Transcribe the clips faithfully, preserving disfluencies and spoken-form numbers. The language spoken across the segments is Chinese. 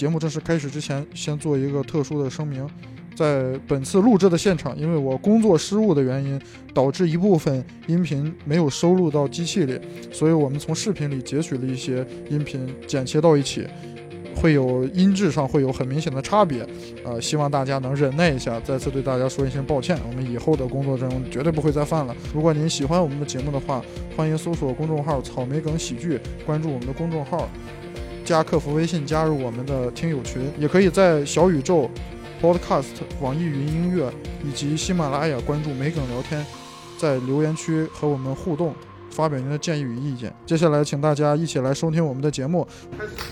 节目正式开始之前，先做一个特殊的声明。在本次录制的现场，因为我工作失误的原因，导致一部分音频没有收录到机器里，所以我们从视频里截取了一些音频，剪切到一起，会有音质上会有很明显的差别，呃，希望大家能忍耐一下。再次对大家说一声抱歉，我们以后的工作中绝对不会再犯了。如果您喜欢我们的节目的话，欢迎搜索公众号草莓梗喜剧，关注我们的公众号，加客服微信加入我们的听友群，也可以在小宇宙、Podcast、网易云音乐以及喜马拉雅关注梅梗聊天，在留言区和我们互动，发表您的建议与意见。接下来请大家一起来收听我们的节目。开始。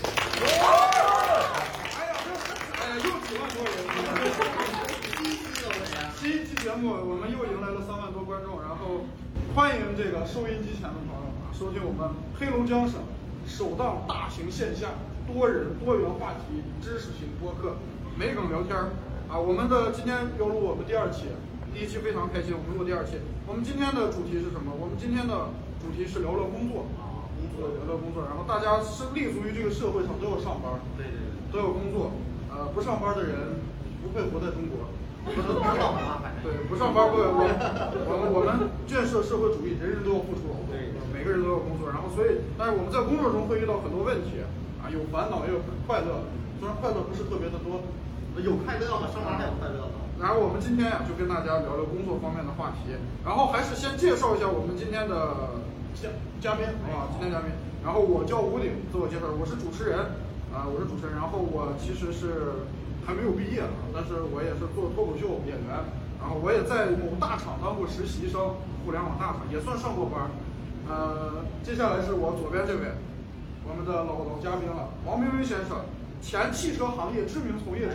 我们又迎来了三万多观众，然后欢迎这个收音机前的朋友啊，收听我们黑龙江省首档大型线下多人多元话题知识型播客梅梗聊天啊。我们的今天要录我们第二期，第一期非常开心，我们录第二期。我们今天的主题是什么？我们今天的主题是聊聊工作啊，工作聊聊工作。然后大家是立足于这个社会上都要上班，对对对，都有工作。呃，不上班的人不配活在中国。不能不上班，对，不上班不，我我们我们建设社会主义，人人都要付出劳动，每个人都要工作。然后所以，但是我们在工作中会遇到很多问题啊，有烦恼也有快乐，虽然快乐不是特别的多， 有快乐吗？上班还有快乐吗？ 然后我们今天呀、啊，就跟大家聊聊工作方面的话题。然后还是先介绍一下我们今天的嘉嘉宾啊，今天嘉宾。然后我叫吴鼎，自我介绍，我是主持人啊，我是主持人。然后我其实是。还没有毕业啊，但是我也是做脱口秀演员，然后我也在某大厂当过实习生，互联网大厂也算上过班。呃，接下来是我左边这位，我们的老老嘉宾了，王明威先生，前汽车行业知名从业者，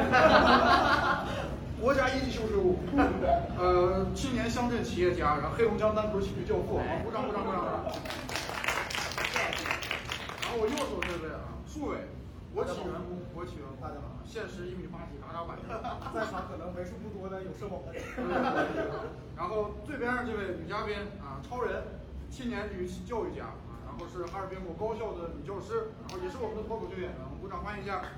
国家一级修饰物，呃，青年乡镇企业家，然后黑龙江单口喜剧教父，鼓掌鼓掌鼓掌！然后我右手这位啊，树伟。国企员工，国企员工，大家好，现实一米八几，打打板正， 在场可能为数不多的有社保的。 然后最边上这位女嘉宾啊，超人，青年女教育家啊，然后是哈尔滨某高校的女教师，然后也是我们的脱口秀演员，我们鼓掌欢迎一下。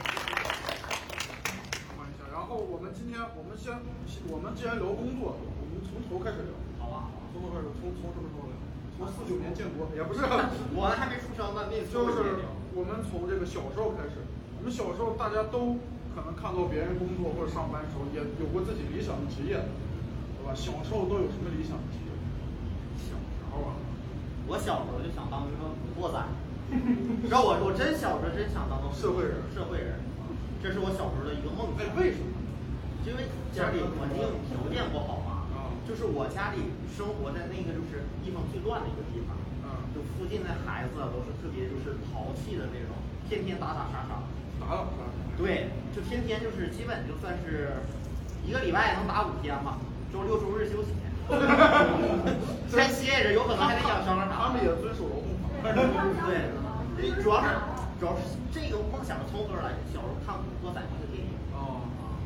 欢迎一下。然后我们今天，我们先，我们既然聊工作，我们从头开始聊。 好啊， 从头开始，从从什么时候聊？从四九年建国，也不是， 我还没出生呢，那就是。我们从这个小时候开始，我们小时候大家都可能看到别人工作或者上班的时候，也有过自己理想的职业，对吧？小时候都有什么理想的职业？小时候啊， 我小时候就想当一个古惑仔，你知道我我真小时候真想当个社会人， 社会人，这是我小时候的一个梦想。 哎，为什么？ 因为家里环境条件不好嘛，啊，就是我家里生活在那个就是地方最乱的一个地方。就附近的孩子都是特别就是淘气的那种，天天打打杀杀， 打打杀杀。 对，就天天就是基本就算是一个礼拜能打五天吧，周六周日休息。再歇着有可能还得养伤啥。 他们也遵守劳动法。 对，主要是主要是这个梦想从何而来？小时候看《古惑仔》那个电影。哦。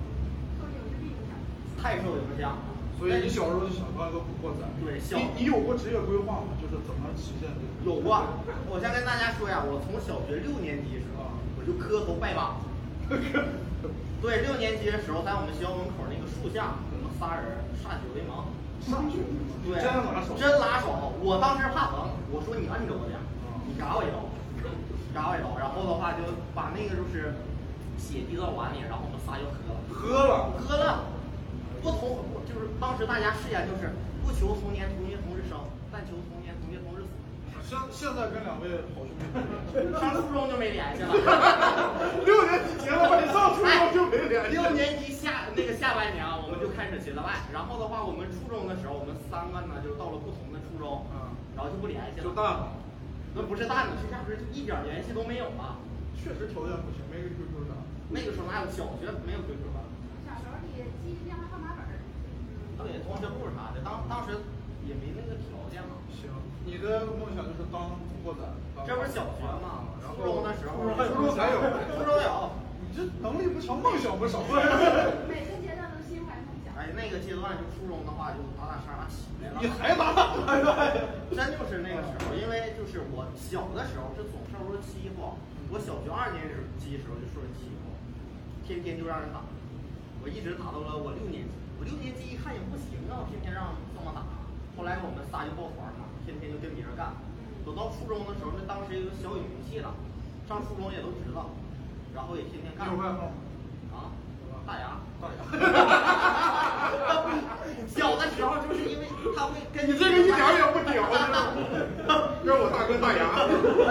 太受影响。 所以你小时候就想当一个古惑仔？ 对，小你你有过职业规划吗？就是怎么实现这个？ 有过。我先跟大家说呀，我从小学六年级时候我就磕头拜把子。对，六年级的时候在我们学校门口那个树下，我们仨人歃血为盟。 歃血为盟？ 对， 真拉手。 真拉手。我当时怕疼，我说你摁着我点，你嘎我一刀，嘎我一刀，然后的话就把那个就是血滴到碗里，然后我们仨就喝了。 喝了。 喝了。不同就是当时大家誓言就是不求同年同月同日生，但求同年同月同日死。 现现在跟两位好兄弟上初中就没联系了。 六年级结了拜，上初中就没联系。 六年级下那个下半年啊，我们就开始结了拜。然后的话，我们初中的时候，我们三个呢就到了不同的初中，嗯，然后就不联系了。 就淡了。 那不是淡了，是压根就一点联系都没有了。 确实条件不行，没个 Q Q 的。 那个时候哪有小学没有 Q Q 吧？ 小时候你记电话号码本儿。 对，同学录啥的，当当时也没那个条件嘛。 行，你的梦想就是当古惑仔。 这不是小学嘛？ 然后初中的时候， 初中还有， 初中有。 你这能力不强，梦想不少。 每个阶段都心怀梦想。 哎，那个阶段就初中的话，就打打杀杀起来了。 你还打打杀杀？ 真就是那个时候，因为就是我小的时候是总受人欺负， 我小学二年级的时候就受人欺负，天天就让人打，我一直打到了我六年级。我六年级一看也不行啊，天天让这么打。后来我们仨就抱团嘛，天天就跟别人干。等到初中的时候，那当时有个小有名气了，上初中也都知道，然后也天天干。 有外号啊，大牙。 大牙。 小的时候就是因为他会跟你这个一点也不屌，让我大哥大牙。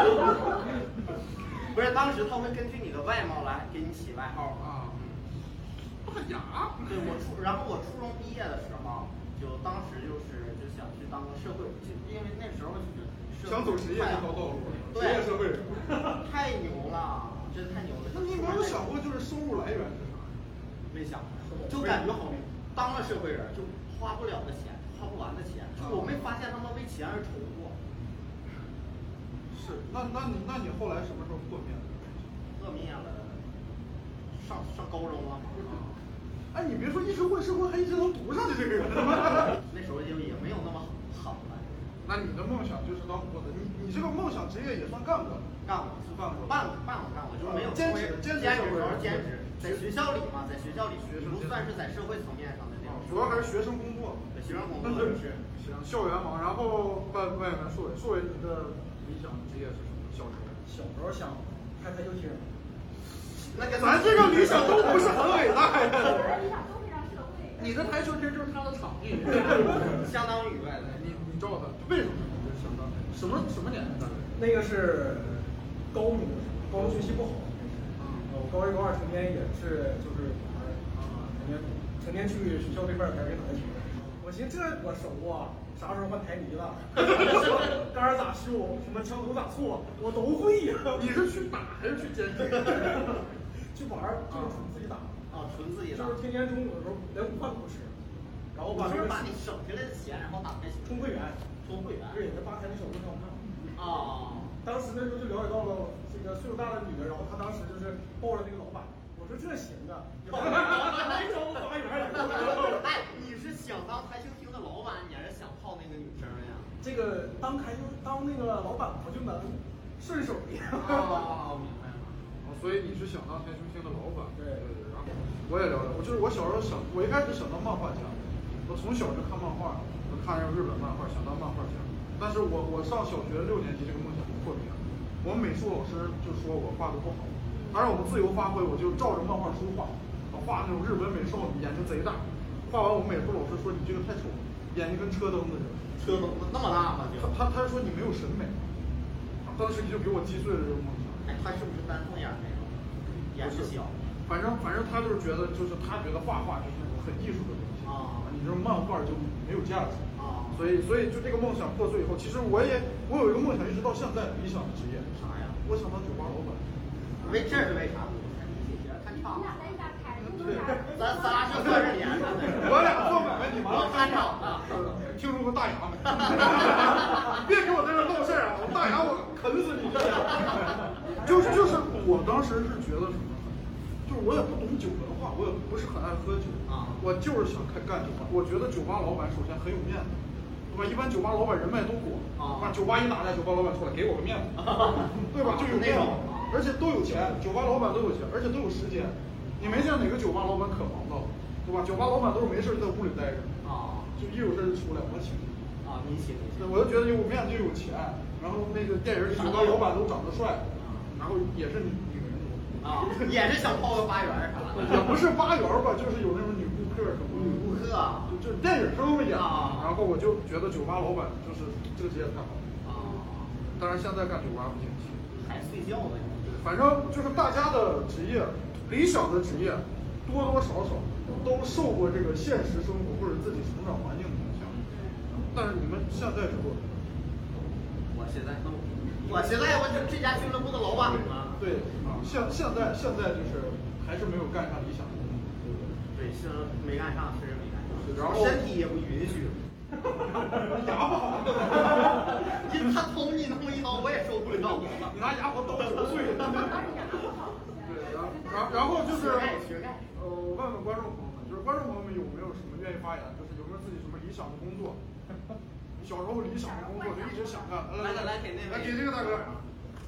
不是，当时他会根据你的外貌来给你起外号啊。大牙。 对，我初，然后我初中毕业的时候，就当时就是就想去当个社会，就因为那时候就是想走职业这条道路，职对， 业社会人， 太牛了，真太牛了。 那你有没有想过就是收入来源是啥？ 没想过，就感觉好当了社会人就花不了的钱，花不完的钱，就我没发现他们为钱而愁过。 是，那那你那你后来什么时候破灭的？ 破灭了，上上高中了。 哎，你别说一直混社会，还一直能读上的这个人。 那时候就也没有那么狠了。 那你的梦想就是当博子，你你这个梦想职业也算干过， 干过是干过，办过办过干过，就是没有兼职兼职兼职时候兼职，在学校里嘛，在学校里学生不算是在社会层面上的那种， 主要还是学生工作， 对学生工作是行，校园嘛。然后问问问树伟，树伟你的理想职业是什么？小时候小时候想开台球厅， 那个咱这个理想都不是很伟大呀。 理想都非常社会。 你的台球厅就是他的场地， 相当于呗。 你你照他，为什么呢？相当于什么什么年代？ 那个是高中的时候，高中学习不好，我高一高二成天也是就是玩啊，成天成天去学校对面开始打台球。我寻思这我熟啊，啥时候换台泥了？杆儿咋修？什么枪头咋错？我都会呀。 你是去打还是去兼职？ 去玩儿就是纯自己打啊，纯自己打， 就是天天中午的时候连午饭都不吃，然后把就是把你省下来的钱，然后打开充会员， 充会员。 对，那吧台那小哥挺好看。 啊， 当时那时候就了解到了这个岁数大的女的，然后她当时就是抱着那个老板，我说这行啊，来找我发源。 哎，你是想当台球厅的老板，你还是想泡那个女生呀？ 这个当台球当那个老板，我就能顺手一点。 哦，明白了。 所以你是想当台球厅的老板？ 对对对。然后我也了解，我就是我小时候想，我一开始想当漫画家，我从小就看漫画，我看那日本漫画，想当漫画家。但是我我上小学六年级这个梦想就破灭了，我们美术老师就说我画的不好，他让我们自由发挥，我就照着漫画书画，我画那种日本美少女，眼睛贼大，画完我们美术老师说你这个太丑了，眼睛跟车灯似的。 车灯那么大吗？就他他他说你没有审美，当时就给我击碎了这个梦想。 哎，他是不是单凤眼那种？眼睛小。 反正反正他就是觉得，就是他觉得画画就是那种很艺术的东西啊， 你这种漫画就没有价值啊， 所以所以就这个梦想破碎以后，其实我也我有一个梦想，一直到现在理想的职业啥呀？ 我想当酒吧老板。 为这是为啥？看场。 你俩在一家开， 对， 咱咱俩是三十年的， 我俩做买卖，你妈看场的。 听说过大牙没？别给我在这闹事儿啊！我大牙我啃死你！就是就是我当时是觉得什么？就是我也不懂酒文化，我也不是很爱喝酒啊， 我就是想开干酒吧。我觉得酒吧老板首先很有面子，对吧？一般酒吧老板人脉都广啊， 酒吧一打开，酒吧老板出来给我个面子，对吧？就有面子，而且都有钱，酒吧老板都有钱，而且都有时间。你没见哪个酒吧老板可忙到，对吧？酒吧老板都是没事在屋里待着啊， 就一有事就出来，我请你啊，你请， 对，我就觉得有面子又有钱，然后那个电影里酒吧老板都长得帅，然后也是女女人多啊，也是想泡个八元啥的， 也不是八元吧，就是有那种女顾客什么女顾客， 就就是电影上面演啊， 然后我就觉得酒吧老板就是这个职业太好了啊， 当然现在干酒吧不景气， 还睡觉呢， 反正就是大家的职业，理想的职业，多多少少都受过这个现实生活或者自己成长环境的影响。但是你们现在是做什么？ 我现在，我现在我就这家俱乐部的老板嘛。 对啊，现现在现在就是还是没有干上理想的工作。 对，是没干上，确实没干上。 然后身体也不允许。 牙不好， 因为他捅你那么一刀，我也受不了。 你拿牙把刀嚼碎了。对，然后然后然后就是，呃，我问问观众朋友们，就是观众朋友们有没有什么愿意发言？就是有没有自己什么理想的工作？小时候理想的工作就一直想干。 来来来，给那位， 来给这个大哥。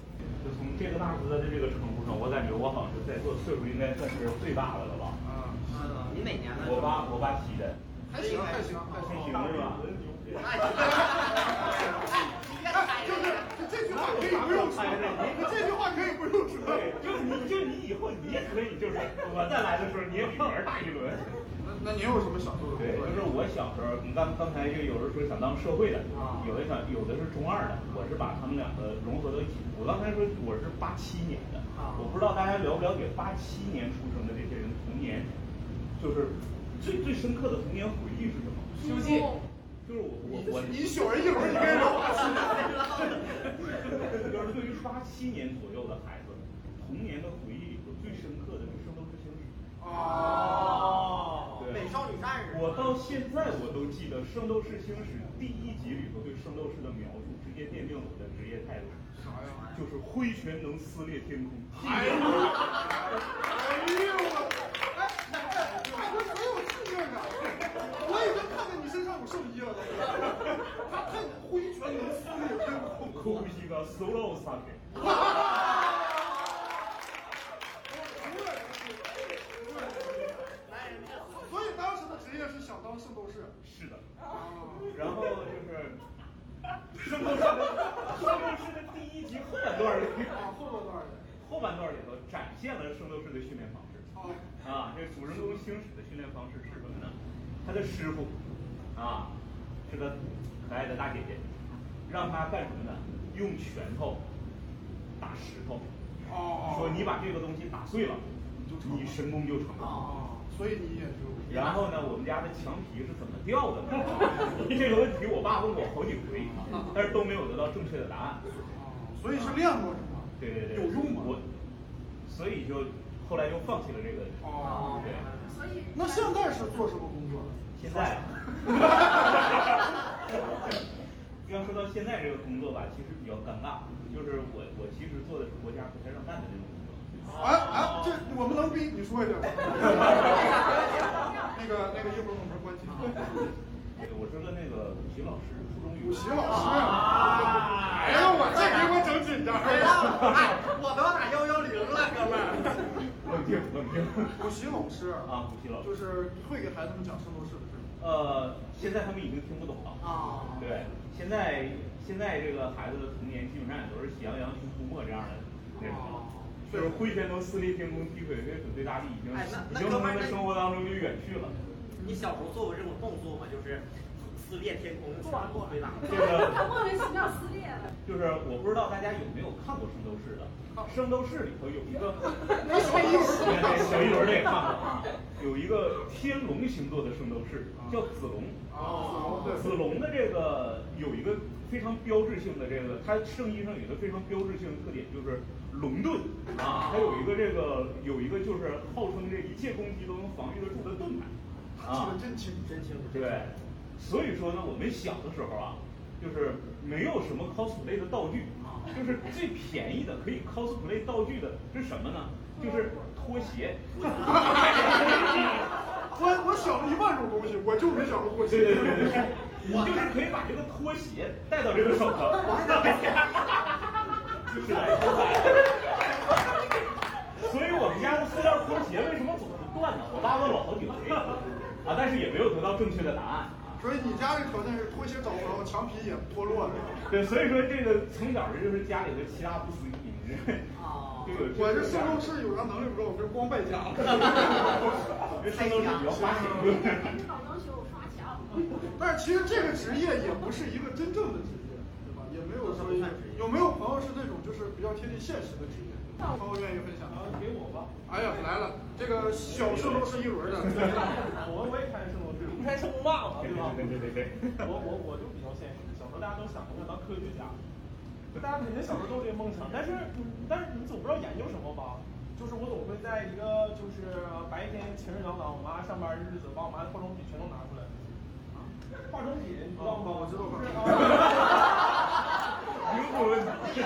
就从这个大哥的这个程度上，我感觉我好像是在座岁数应该算是最大的了吧？ 啊，你哪年的？ 我八我八七的。 还行还行还行是吧？ 哎， 就是这句话可以不用说，这句话可以不用说。 对，就是你就你以后你也可以，就是我再来的时候，你也比别人大一轮。 那那您有什么想做的？ 对，就是我小时候，你刚刚才就有人说想当社会的，有的想有的是中二的，我是把他们两个融合到一起。我刚才说我是八七年的，我不知道大家了不了解八七年出生的这些人童年，就是最最深刻的童年回忆是什么？ 西游记。 就是我我我你小人一轮，你跟人聊八七年。 就是对于八七年左右的孩子，童年的回忆里头最深刻的是《圣斗士星矢》。 哦，美少女战士。 我到现在我都记得《圣斗士星矢》第一集里头对圣斗士的描述，直接奠定了我的职业态度。 啥呀？ 就是挥拳能撕裂天空。 哎呦！哎呦我！哎哎，还会很有志愿感。我已经看见你身上有圣衣了，他看你挥拳能撕裂天空。 呼吸个 solo 萨克。 所以当时的职业是想当圣斗士。 是的。然后就是圣斗士的圣斗士的第一集后半段里， 啊，后半段里， 后半段里头展现了圣斗士的训练方式。啊，这主人公星矢的训练方式是什么呢？他的师傅啊是个可爱的大姐姐，让他干什么呢？用拳头打石头。 哦。 说你把这个东西打碎了，你神功就成了。 哦。所以你也就。 然后呢，我们家的墙皮是怎么掉的呢？这个问题我爸问过好几回，但是都没有得到正确的答案。 所以是练过是吗？ 对对对。 有用吗？ 我，所以就后来就放弃了这个。 哦。 对。 所以。 那现在是做什么工作？ 现在。要说到现在这个工作吧，其实比较尴尬，就是我我其实做的是国家不太让干的这种工作。 哎哎，这我们能逼你说一下吗？那个那个一会儿我们关机。 我是个那个补习老师，初中语补习老师。哎呀，我这给我整紧张了。 哎，我都要打幺幺零了，哥们儿。 冷静冷静。 补习老师啊，补习老师就是会给孩子们讲圣斗士的事。 呃，现在他们已经听不懂了啊。对，现在现在这个孩子的童年基本上也都是喜羊羊、熊出没这样的那种。就是挥拳能撕裂天空，踢腿腿腿大地，已经已经从他们生活当中就远去了。 你小时候做过这种动作吗？就是撕裂天空，做完过对吧？ 这个他莫名其妙撕裂了。 就是我不知道大家有没有看过《圣斗士》的，《圣斗士》里头有一个小一轮， 小一轮的也看过啊，有一个天龙星座的圣斗士叫子龙。 哦， 子龙的这个有一个非常标志性的这个，它圣衣上有一个非常标志性的特点，就是龙盾啊，它有一个这个有一个就是号称这一切攻击都能防御得住的盾牌。 啊，记得真清真清楚。 对，所以说呢，我们小的时候啊，就是没有什么 cosplay 的道具，就是最便宜的可以 cosplay 道具的是什么呢？就是拖鞋。 我我想了一万种东西，我就没想过拖鞋。 对对对对，你就是可以把这个拖鞋戴到这个手上。是的。所以我们家的塑料拖鞋为什么总是断呢？我爸问我好几回啊，但是也没有得到正确的答案。 所以你家这条件是拖鞋找不着，墙皮也脱落了。 对，所以说这个从小这就是家里的七大不思议。 哦。 我这圣斗士有啥能力不知道，我这光败家了。 这圣斗士比较花钱。 搞装修刷墙。 但是其实这个职业也不是一个真正的职业，对吧？也没有说有没有朋友是那种就是比较贴近现实的职业？朋友愿意分享？ 啊，给我吧。 哎呀，来了，这个小圣斗士一轮的。 我我也看圣斗士，不看圣公霸嘛，对吧？ 对对对对。 我我我就比较现实，小时候大家都想过当科学家，大家肯定小时候都有这个梦想，但是但是你总不知道研究什么吧？就是我总会在一个就是白天晴日朗朗，我妈上班的日子，把我妈的化妆品全都拿出来。化妆品你知道吗？ 我知道。 灵魂。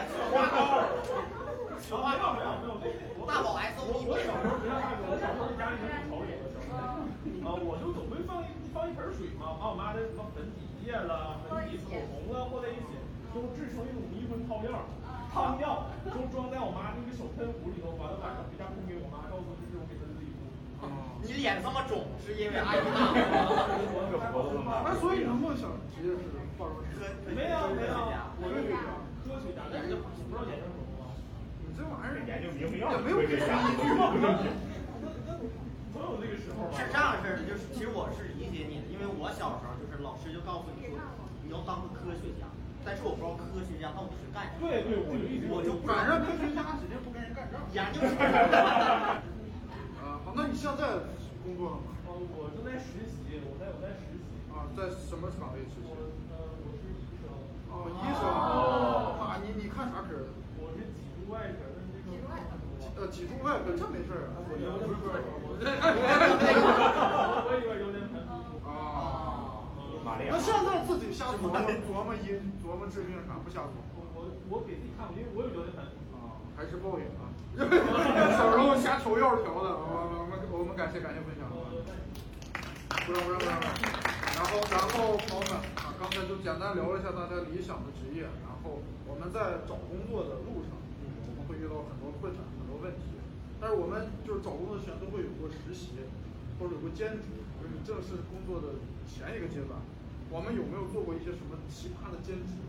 没有没有没有， 大宝 S O。 我小时候不像大哥，我小时候家里面不潮流的小时候，啊，我就总会放一放一盆水嘛，把我妈的什么粉底液了、粉底、口红了和在一起，最后制成一种迷魂泡料。 汤尿都装在我妈那个手喷壶里头，完了晚上回家喷给我妈，告诉这是我给她自己敷。 你脸这么肿，是因为阿姨大吗？ 那所以你的梦想职业是化妆师？ 没有没有，我是科学家，但是不知道研究什么吗？ 你这玩意儿研究明明也没有科学依据嘛。 总有这个时候吧。 是这样式的，就是其实我是理解你的，因为我小时候就是老师就告诉你说你要当个科学家，但是我不知道科学家到底是干什么。 对对，我就一直我就不反正科学家指定不跟人干仗。 研究什么？ 啊，好，那你现在工作了吗？ 呃，我正在实习，我在我在实习。 啊，在什么岗位实习？ 我呃，我是医生。 哦，医生。哦。啊，你你看啥科的？ 我是脊柱外科，但是这个呃，脊柱外科这没事儿啊。 我有点不是我这我里边有点很啊。 玛利亚。 那现在自己瞎琢磨琢磨医琢磨治病啥不瞎琢磨？ 我我给自己看过，因为我有有点很啊，还是报应啊。小时候瞎抽药调的，我们我们感谢感谢分享。不让不让不让。然后然后朋友们啊，刚才就简单聊了一下大家理想的职业，然后我们在找工作的路上，我们会遇到很多困难很多问题，但是我们就是找工作前都会有过实习，或者有过兼职，就是正式工作的前一个阶段，我们有没有做过一些什么奇葩的兼职？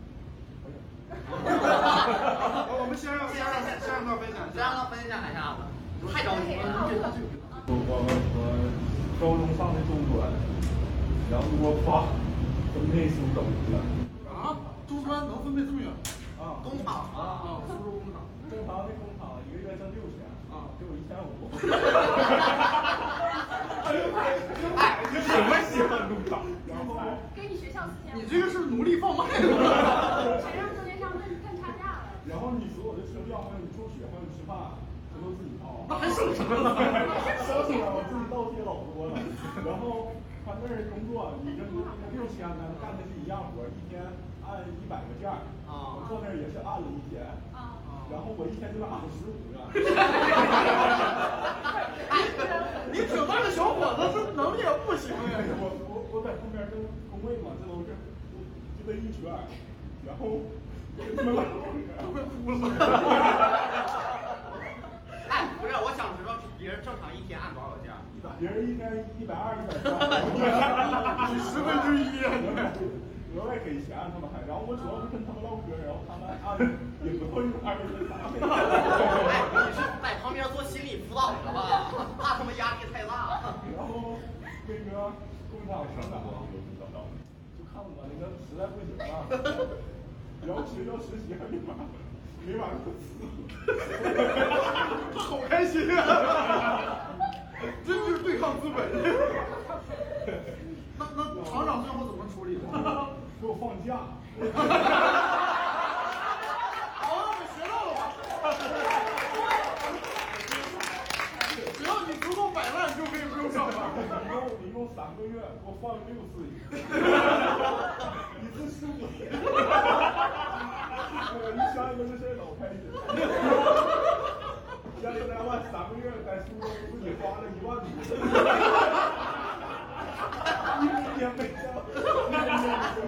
我们先让先让先让他分享一下， 先让他分享一下子，太着急了。 我我我高中上的中专，然后我爸分配书走了。 啊，中专能分配这么远？ 啊， 工厂啊，苏州工厂。 正常的工厂一个月挣六千，啊，给我一千五。 哎，你什么喜欢工厂？ 然后给你学校四千五。 你这个是奴隶贩卖的。 谁让中间商更更差价了？ 然后你所有的车票，还有你住学，还有你吃饭，全都自己掏。 那还省什么？ 省什么？我自己倒贴老多了。然后他那儿工作，你跟那个六千呢干的是一样活，一天按一百个件儿。啊。我坐那儿也是按了一天。啊。然后我一天就能按十五个。 你挺大的小伙子，这能力也不行呀！ 我我我在后面跟工位嘛，这都是就这一圈，然后他们都快哭了。 哎，不是，我想知道别人正常一天按多少件？ 一百，别人一天一百二、一百三， 你十分之一啊！ 额外给钱他们还，然后我主要是跟他们唠嗑，然后他们按也不会二十三。 哎，你是在旁边做心理辅导的吧？怕他们压力太大。 然后那个工厂厂长就看我那个实在不行了，然后学校实习还没完，没完就辞。 他好开心啊！这就是对抗资本。那那厂长最后怎么处理的？ 给我放假。 好，我学到了吧？只要你足够摆烂，就可以不用上班。 一共一共三个月，给我放了六次，一次十五天。我一想起这事儿老开心。加十来万，三个月在苏州自己花了一万多。一年没挣，一年没挣。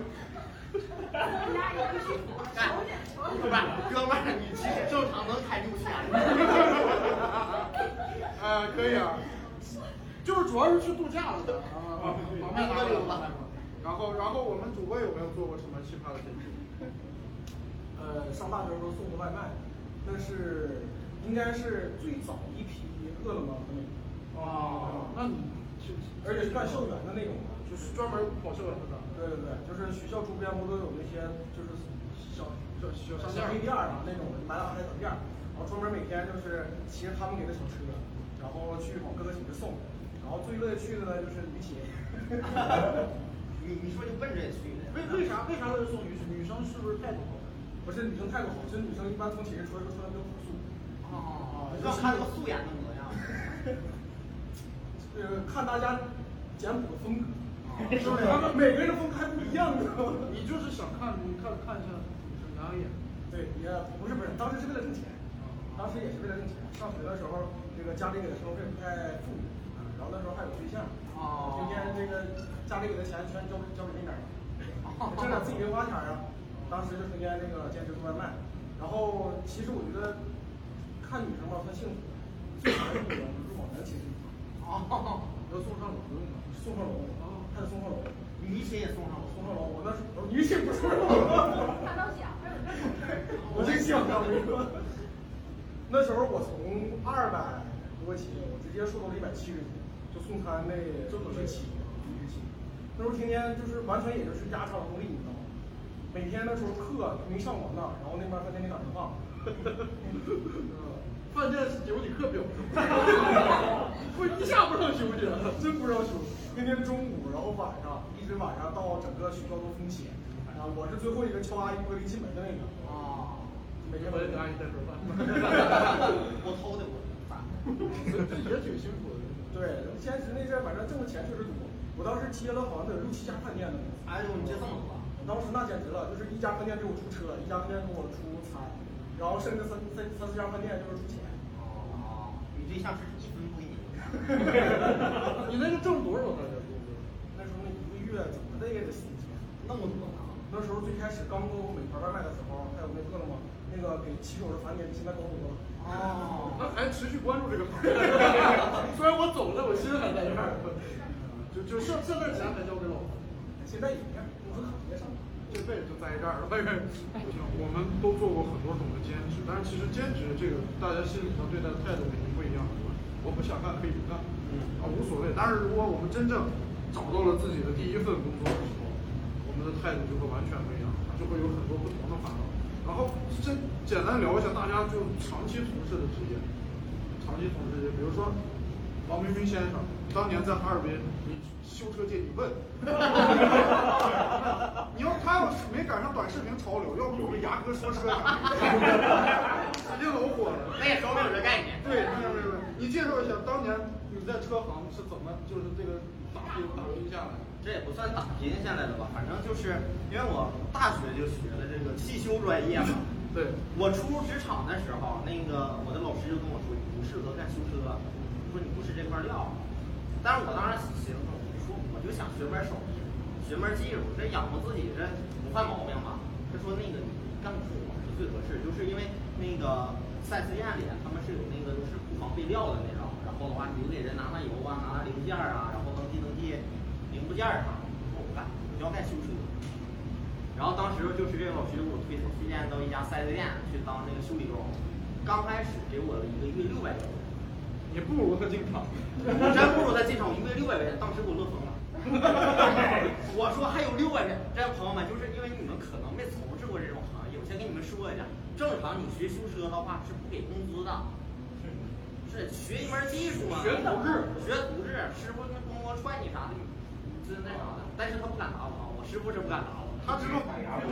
哎，不是，哥们儿，你其实正常能开六千。 啊，可以啊，就是主要是去度假了的啊，旁边哪里了？然后，然后我们主播有没有做过什么奇葩的兼职？ 呃，上大学的时候送过外卖，但是应该是最早一批饿了么的那种。 啊，那你就而且是干校园的那种的， 就是专门跑校园的。 对对对，就是学校周边不都有那些就是小小小小小黑店啊那种满大街小店，然后专门每天就是骑着他们给的小车，然后去往各个寝室送，然后最乐意去的呢就是女寝。 你你说就奔着去的？ 为为啥为啥乐意送女女生？是不是态度好？ 不是女生态度好，其实女生一般从寝室出来都穿的比较朴素。 哦，要看那个素颜的模样。 呃，看大家简朴的风格。是不是？他们每个人的风格还不一样呢。 你就是想看，你看看一下女生养眼。 对，也不是不是，当时是为了挣钱，当时也是为了挣钱。上学的时候，这个家里给的生活费不太富裕，然后那时候还有对象，哦，今天这个家里给的钱全交交给那边了，挣点自己零花钱啊。当时就成天那个兼职做外卖， 然后其实我觉得看女生吧，她幸福，最难的女生是往南亲亲。 哦，要送上楼不用吗？ 送上楼啊，还得送上楼。 离亲也送上楼， 送上楼。我那时候离亲不送上楼。 他倒想， 我真想啊，我跟你说。那时候我从二百多斤，我直接瘦到了一百七十斤，就送餐那这么一期，一期。那时候天天就是完全也就是压榨劳动力，你知道吗？每天那时候课没上完呢，然后那边饭店没打电话。 饭店是有你课表，我一下不让休息， 真不让休。天天中午，然后晚上一直晚上到整个学校都封起。啊，我是最后一个敲阿姨玻璃进门的那个。啊，每天我也给阿姨带盒饭。 我偷的我。 也挺辛苦的。 对，兼职那阵反正挣的钱确实多。我当时接了好像得有六七家饭店呢。 哎呦，你接这么多！ 我当时那简直了，就是一家饭店给我出车，一家饭店给我出餐，然后甚至三三三四家饭店就是出钱。 哦，你这像是一分不一。 你那个挣多少大概工资？ 那时候那一个月怎么的也得四五千， 那么多呢？ 那时候最开始刚做美团外卖的时候，还有那饿了么，那个给骑手的返点比现在高多了。 哦，那还持续关注这个行业。虽然我走了，我心还在这儿。就就剩剩点钱才交给老婆。 现在也一样，公司卡也上。 这辈子就栽这儿了。不行，我们都做过很多种的兼职，但是其实兼职这个大家心理上对待的态度肯定不一样，是吧？我不想干可以不干，啊无所谓。但是如果我们真正找到了自己的第一份工作的时候，我们的态度就会完全不一样，就会有很多不同的烦恼。然后这简单聊一下大家就长期从事的职业，长期从事职业，比如说王冰冰先生，当年在哈尔滨，你修车界你问，你要他要是没赶上短视频潮流，要不有个牙哥说车啥，直接老火了。 那也说明有这概念。 对，没有没有没有，你介绍一下当年你在车行是怎么就是这个打拼打拼下来的？ 这也不算打拼下来的吧，反正就是因为我大学就学的这个汽修专业嘛。 对， 我初入职场的时候，那个我的老师就跟我说，你不适合干修车，说你不是这块料。但是我当时寻思，我说我就想学门手艺，学门技术，这养活自己这不犯毛病吧？他说那个你干库是最合适，就是因为那个四 S 店里他们是有那个就是库房备料的那种，然后的话你就给人拿拿油啊，拿拿零件啊，然后登记登记零部件啥。我不干，我就要干修车。然后当时就是这个老师给我推推荐到一家四 S 店去当那个修理工，刚开始给我了一个月六百元。 你不如他进厂， 真不如他进厂，一个月六百元，当时给我乐疯了。我说还有六百元，这朋友们，就是因为你们可能没从事过这种行业，我先跟你们说一下，正常你学修车的话是不给工资的，是学一门技术嘛， 学图质， 学图质，师傅那咣咣踹你啥的，真那啥的，但是他不敢打我，我师傅是不敢打我， 他知道。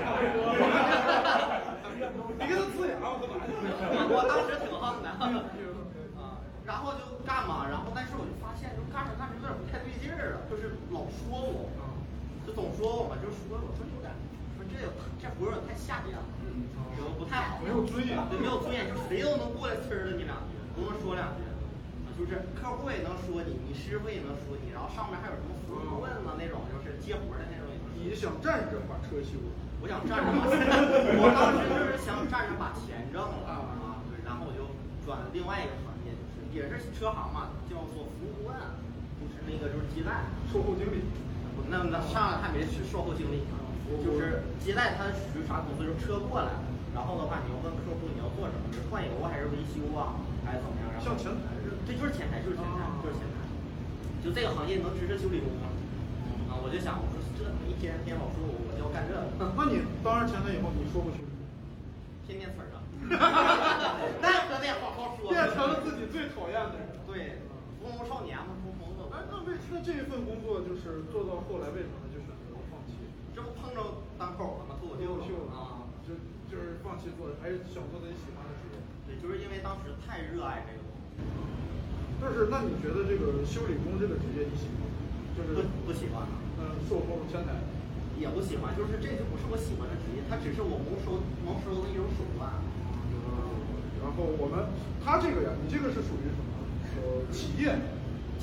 你跟他呲牙，我干嘛去？ 我当时挺横的。然后就干嘛，然后但是我就发现，就干着干着有点不太对劲儿了，就是老说我，就总说我嘛，就说我说有点，说这这活儿太下贱了，就不太好， 没有尊严， 对，没有尊严，就谁都能过来呲了你两句，都能说两句，就是客户也能说你，你师傅也能说你，然后上面还有什么服务顾问呢那种，就是接活的那种。 你想站着把车修？ 我想站着把，我当时就是想站着把钱挣了啊，对，然后我就转另外一个行业。也是车行嘛，叫做服务顾问，就是那个就是接待售后经理。 那那上来还没是售后经理呢，就是接待，它属于啥公司？就是车过来，然后的话你要问客户你要做什么，是换油还是维修啊，还是怎么样？ 像前台似的。 这就是前台，就是前台，就是前台。就这个行业能支持修理工吗？啊，我就想，我说这一天天老说我我就要干这个。 那你当上前台以后，你说不修理？ 天天词儿啊。那可得好好说。 变成了自己最讨厌的人。 对，疯魔少年嘛，疯疯的。 哎，那为那这一份工作就是做到后来为什么就选择了放弃？ 这不碰着当口了吗？脱口秀啊， 就就是放弃做，还是想做自己喜欢的职业。 对，就是因为当时太热爱这个东西。 但是，那你觉得这个修理工这个职业你喜欢吗？就是不不喜欢。 嗯，售后前台。 也不喜欢，就是这就不是我喜欢的职业，它只是我谋收谋收的一种手段。 然后我们，他这个呀，你这个是属于什么？呃，企业， 企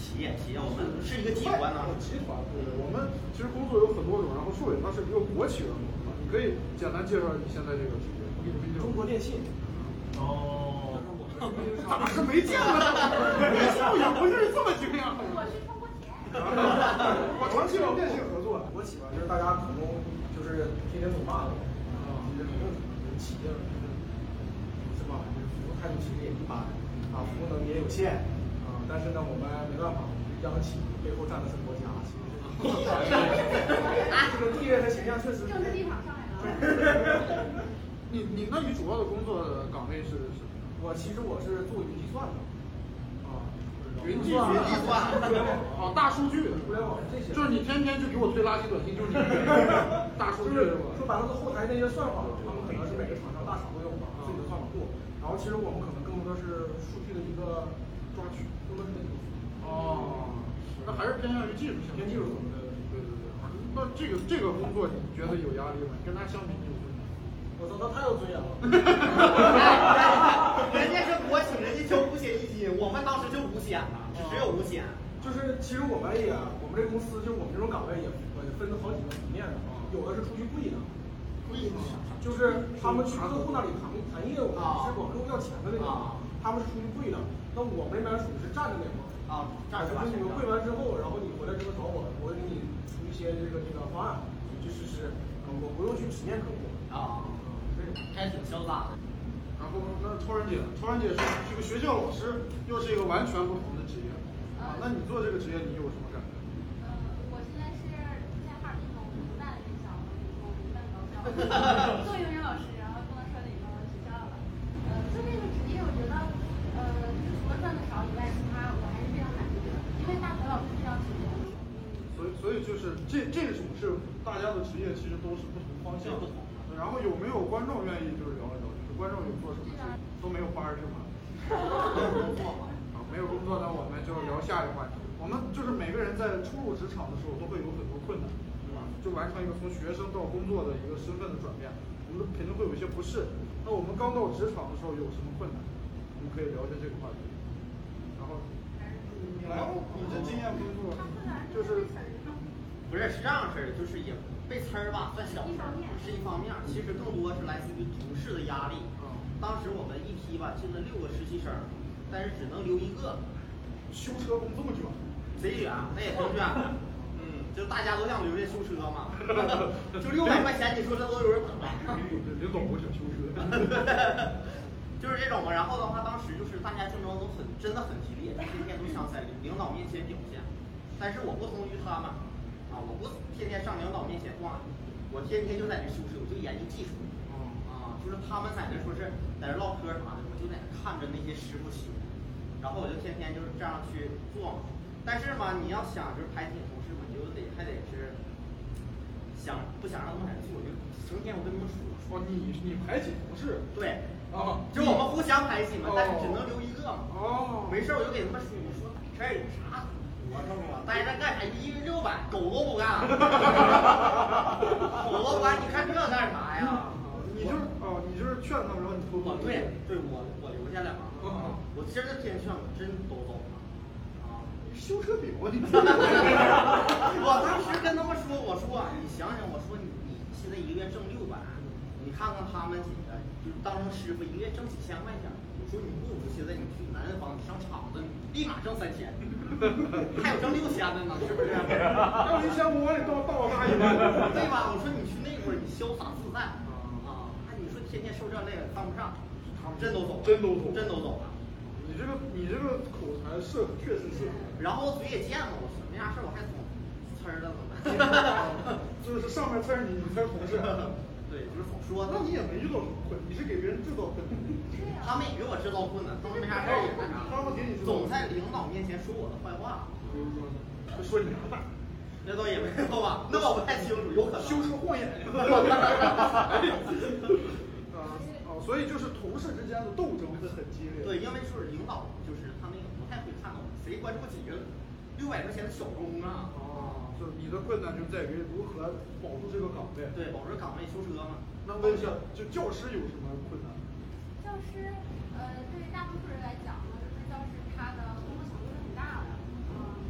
企业，企业，我们是一个集团呢。 集团，对对，我们其实工作有很多种，然后硕伟他是一个国企员工，你可以简单介绍你现在这个职业。 中国电信。 哦。 咋是没见过？没教育不是这么惊讶。 我是中国铁。 我长期跟电信合作， 国企吧，就是大家口中就是天天辱骂的啊，其实很正常，企业是吧？就是服务态度其实也一般啊，服务能力也有限啊，但是呢，我们没办法，央企背后站的是国家，其实这个地位和形象确实。 政治立场上来了。 你你那你主要的工作岗位是什么？ 我其实我是做云计算的，啊， 云计算， 云计算， 啊，大数据， 互联网这些， 就是你天天就给我推垃圾短信，就是你大数据是吧？ 说白了，是后台那些算法，他们可能是每个厂商大厂都有嘛，自己的算法库，然后其实我们可能更多的是数据的一个抓取，更多是那个。 哦，那还是偏向于技术性， 偏技术层面的。 对对对。那这个这个工作你觉得有压力吗？跟他相比，你有什么？ 我操，他太有尊严了。 人家是国企，人家交五险一金，我们当时就五险了，只有五险。 就是其实我们也，我们这个公司就是我们这种岗位也分好几个层面的，有的是出去跪的， 跪的， 就是他们去客户那里谈谈业务，是管客户要钱的那种，他们是出去跪的。那我们这边属于是站着那块啊，站着。 就是你们跪完之后，然后你回来之后找我，我会给你出一些这个这个方案，你去实施，我不用去直面客户。 啊。还挺潇洒的。 然后那超然姐，超然姐是这个学校老师，又是一个完全不同的职业啊。那你做这个职业，你有什么感觉？ 呃，我现在是在哈尔滨某复旦院校，某复旦高校做英语老师，然后不能说哪个学校了。呃，做这个职业，我觉得，呃，除了赚的少以外，其他我还是非常满意的，因为大学老师非常勤劳。 所以，所以就是这这种是大家的职业其实都是不同方向， 不同。 然后有没有观众愿意就是聊一聊？就是观众有做什么事都没有花儿是吗？啊，没有工作，那我们就聊下一个话题。我们就是每个人在初入职场的时候都会有很多困难，对吧？就完成一个从学生到工作的一个身份的转变，我们肯定会有一些不适。那我们刚到职场的时候有什么困难？我们可以聊一下这个话题。然后你来，你这经验丰富，就是。 不是是这样式儿，就是也被呲儿吧，算小事儿，是一方面，其实更多是来自于同事的压力。当时我们一批吧进了六个实习生，但是只能留一个。 修车工这么卷？ 贼卷，那也挺卷的。嗯，就大家都想留这修车嘛，就六百块钱，你说这都有人捧。 领导我想修车。 就是这种嘛，然后的话，当时就是大家竞争都很真的很激烈，天天都想在领导面前表现，但是我不同于他们。啊，我不天天上领导面前晃，我天天就在这修车，我就研究技术。啊，就是他们在这说是在这唠嗑啥的，我就在那看着那些师傅修，然后我就天天就是这样去做嘛。但是嘛，你要想就是排挤同事嘛，你就得还得是想不想让他们去，我就成天我跟他们说。 哦，你你排挤同事？ 对。 啊， 就我们互相排挤嘛，但是只能留一个嘛。 哦。 没事我就给他们说，我说这儿有啥？我说我待着干啥？一个月六百，狗都不干。狗都不干，你看这干啥呀？ 你就是哦，你就是劝他们，然后你偷偷。 对对，我我留下来嘛。我真的天天劝，我真都走了。啊， 修车饼，我你。 我当时跟他们说，我说你想想，我说你你现在一个月挣六百，你看看他们几个，就是当成师傅一个月挣几千块钱。我说你不如现在你去南方，你上厂子，你立马挣三千。还有挣六千的呢，是不是？ 要一千五，我得倒倒大一万， 对吧？我说你去那会儿，你潇洒自在啊！那你说天天受这累犯不上，真都走， 真都走， 真都走了。 你这个你这个口才适合，确实是。 然后我嘴也贱嘛，我说没啥事，我还总呲儿了怎么？ 就是上面呲儿你，你呲儿同事。 对，就是总说。 那你也没遇到什么困难，你是给别人制造困难。 他们也给我制造困难，他们没啥事儿也那啥。 他们给你总在领导面前说我的坏话。 比如说呢？说你啥蛋？ 那倒也没有吧，那我不太清楚，有可能。 修车晃眼睛。啊哦，所以就是同事之间的斗争会很激烈。 对，因为就是领导，就是他那个不太会看到谁关注几个六百块钱的小工啊。 哦，就是你的困难就在于如何保住这个岗位。 对，保住岗位修车嘛。 那问一下，就教师有什么困难？ 教师，呃，对于大多数人来讲呢，就是教师他的工作强度是很大的，嗯，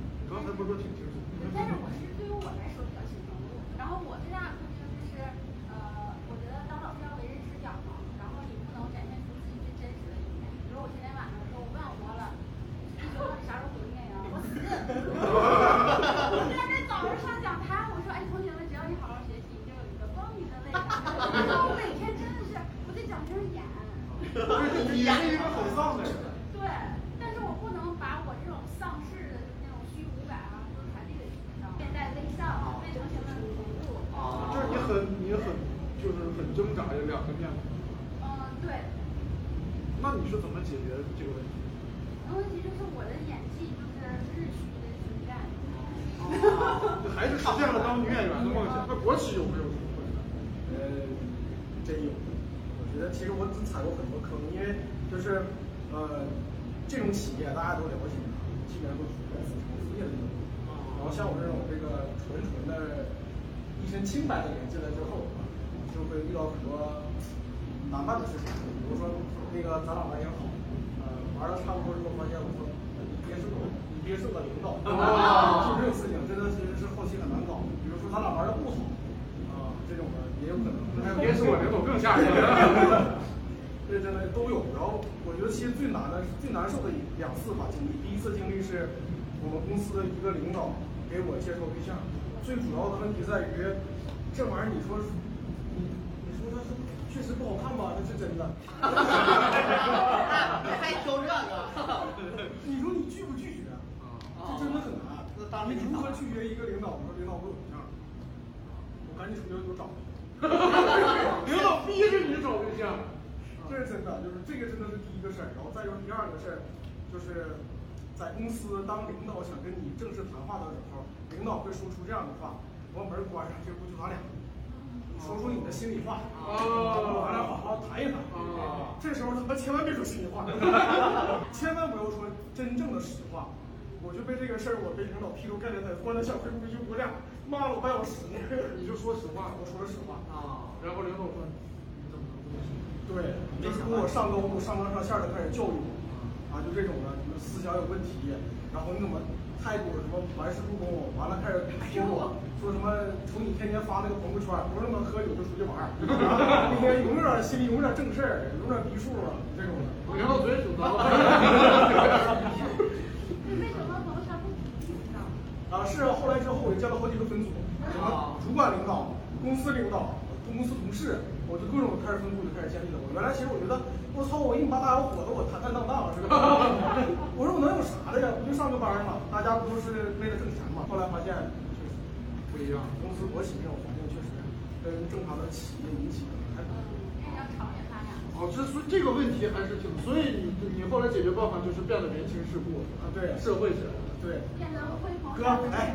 不是说挺轻松？ 但是我是对于我来说比较轻松。然后我最大的困境就是，呃，我觉得当老师要为人师表嘛，然后你不能展现出自己最真实的一面。比如我今天晚上说我不想活了，一说你啥时候回来呀？我死。我第二天早上上讲台，我说哎，同学们，只要你好好学习，你就有一个光明的未来。然后我每天真的是我在讲台上演。 你是一个很丧的人。 对，但是我不能把我这种丧事的，就是那种虚无感啊，都传递给学生。面带微笑，为同学们服务。 就是你很你很就是很挣扎，有两个面孔。 嗯，对。 那你是怎么解决这个问题？ 问题就是我的演技就是日趋的精湛。 还是实现了当女演员的梦想。那国企有没有什么困难？ 呃，真有。我觉得其实我踩过很多坑，因为就是呃这种企业大家都了解，基本上都是公司从事业的这种。然后像我这种这个纯纯的一身清白的人进来之后，就会遇到很多难办的事情。比如说那个咱俩玩挺好，呃玩到差不多之后发现我说你别受你别受到领导，就这种事情真的是是后期很难搞。比如说咱俩玩的不好。这种的也有可能， 别说我领导更吓人。 这真的都有。然后我觉得其实最难的、最难受的两次吧经历。第一次经历是我们公司的一个领导给我介绍对象，最主要的问题在于这玩意儿，你说你你说他是确实不好看吧？那是真的。 你还挑这个？ 你说你拒不拒绝？这真的很难。你如何拒绝一个领导？我说领导我有对象。赶紧出去就找， 领导逼着你找对象， 这是真的，就是这个真的是第一个事儿。然后再就是第二个事儿，就是在公司当领导想跟你正式谈话的时候，领导会说出这样的话：我把门关上，这不就咱俩？你说出你的心里话，咱俩好好谈一谈。这时候他妈千万别说心里话，千万不要说真正的实话。我就被这个事儿，我被领导劈头盖脸在欢乐小会回去，我俩骂了我半小时。 你就说实话， 我说的实话啊。然后领导说，你怎么能这么想？ 对，就是给我上高度、上纲上线的开始教育我，啊，就这种的，什么思想有问题，然后你怎么态度什么玩世不恭，完了开始说我，说什么瞅你天天发那个朋友圈，不是那么喝酒就出去玩儿，那天有没有点心里有没有点正事儿，有没有点逼数啊这种的。 我领导嘴挺脏。 啊，是啊，后来之后我就见了好几个分组，什么主管领导、公司领导、公司同事，我就各种开始分组就开始建立了。我原来其实我觉得，我操，我一米八大小伙子，我坦坦荡荡是吧？我说我能有啥的呀？不就上个班嘛，大家不都是为了挣钱嘛？后来发现确实不一样，公司国企这种环境确实跟正常的企业民企还不一样。 哦，这所以这个问题还是挺，所以你你后来解决办法就是变得人情世故啊，对， 社会起来。 对， 变得会朋哥，哎，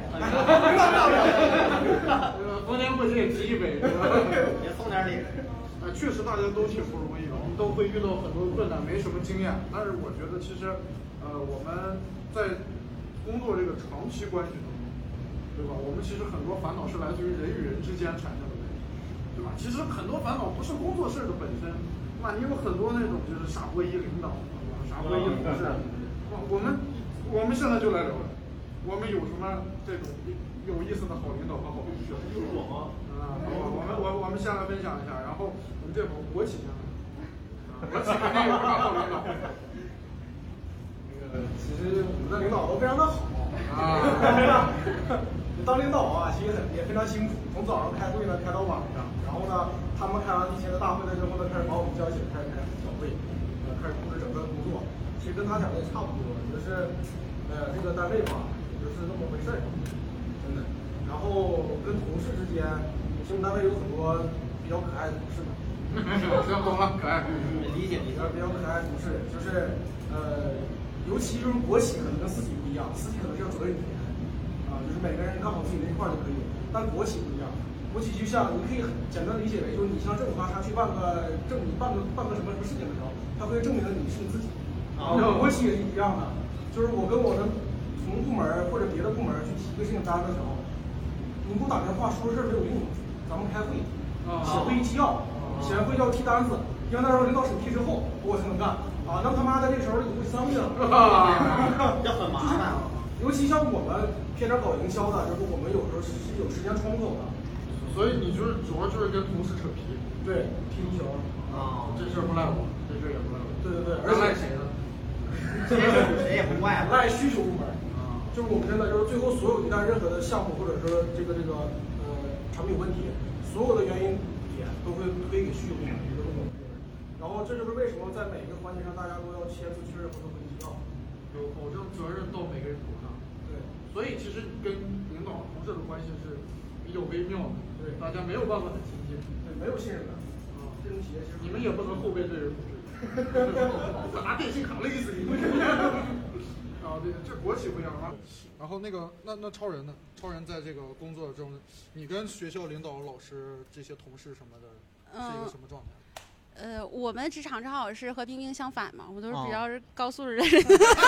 逢年过节提一杯， 也送点礼。 啊，确实大家都挺不容易的，都会遇到很多困难，没什么经验。但是我觉得其实，呃，我们在工作这个长期关系中，对吧？我们其实很多烦恼是来自于人与人之间产生的问题，对吧？其实很多烦恼不是工作事的本身，对吧？你有很多那种就是傻波一领导，傻波一同事，我们。我们现在就来聊聊，我们有什么这种有意思的好领导和好同事？ 就是我吗？ 啊，好，我们我我们先来分享一下，然后我们这会儿国企先来，国企肯定有啥好领导。 那个其实我们的领导都非常的好啊， 当领导啊，其实也非常辛苦，从早上开会呢开到晚上，然后呢，他们开完一天的大会了之后呢，开始把我们叫起来，开始开小会，呃，开始布置整个工作。其实跟他讲的也差不多，就是。呃，这个单位嘛，也就是那么回事儿，真的。然后跟同事之间，其实我们单位有很多比较可爱的同事嘛。 行，懂了，可爱。 理解理解。 比较可爱的同事，就是呃，尤其就是国企可能跟私企不一样，私企可能是要责任体啊，就是每个人干好自己那一块就可以。但国企不一样，国企就像你可以很简单理解为，就是你像政府发查去办个证，你办个办个什么什么事情的时候，它会证明你是你自己。啊，国企也是一样的。就是我跟我的同部门或者别的部门去提一个事情单的时候，你给我打电话说事儿没有用，咱们开会，写会议纪要，写完会议要提单子，提完单之后领导审批之后我才能干啊！那他妈的这个时候有第三个了， 这很麻烦。 我尤其像我们偏点搞营销的，就是我们有时候是有时间窗口的， 所以你就是主要就是跟同事扯皮， 对，踢皮球啊，这事儿不赖我，这事儿也不赖我， 对对对， 而赖谁呢？ 谁谁也不怪， 赖需求部门啊，就是我们真的就是最后所有一旦任何的项目或者说这个这个呃产品有问题，所有的原因点都会推给需求部门，也就是我们这边。然后这就是为什么在每一个环节上大家都要签字确认合同和绩效， 有保证责任到每个人头上。 对， 所以其实跟领导同事的关系是比较微妙的，对，大家没有办法很亲近， 对，没有信任感啊，这种企业其实你们也不能后背对人不是。我拿电信卡勒死你们！啊，对，这国企不一样啊。然后那个，那那超人呢？超人在这个工作中，你跟学校领导、老师这些同事什么的，是一个什么状态？ 呃，我们职场正好是和冰冰相反嘛，我都是比较高素质的人。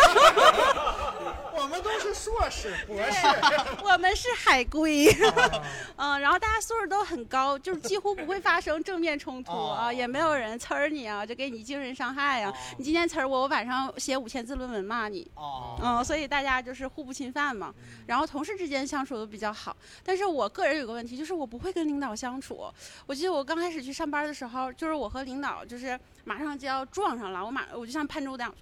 我们都是硕士、博士， 我们是海归，嗯，然后大家素质都很高，就是几乎不会发生正面冲突啊，也没有人呲儿你啊，就给你精神伤害啊。你今天呲儿我，我晚上写五千字论文骂你，嗯，所以大家就是互不侵犯嘛。然后同事之间相处的比较好，但是我个人有个问题，就是我不会跟领导相处。我记得我刚开始去上班的时候，就是我和领领导就是马上就要撞上了，我马我就像潘州那样，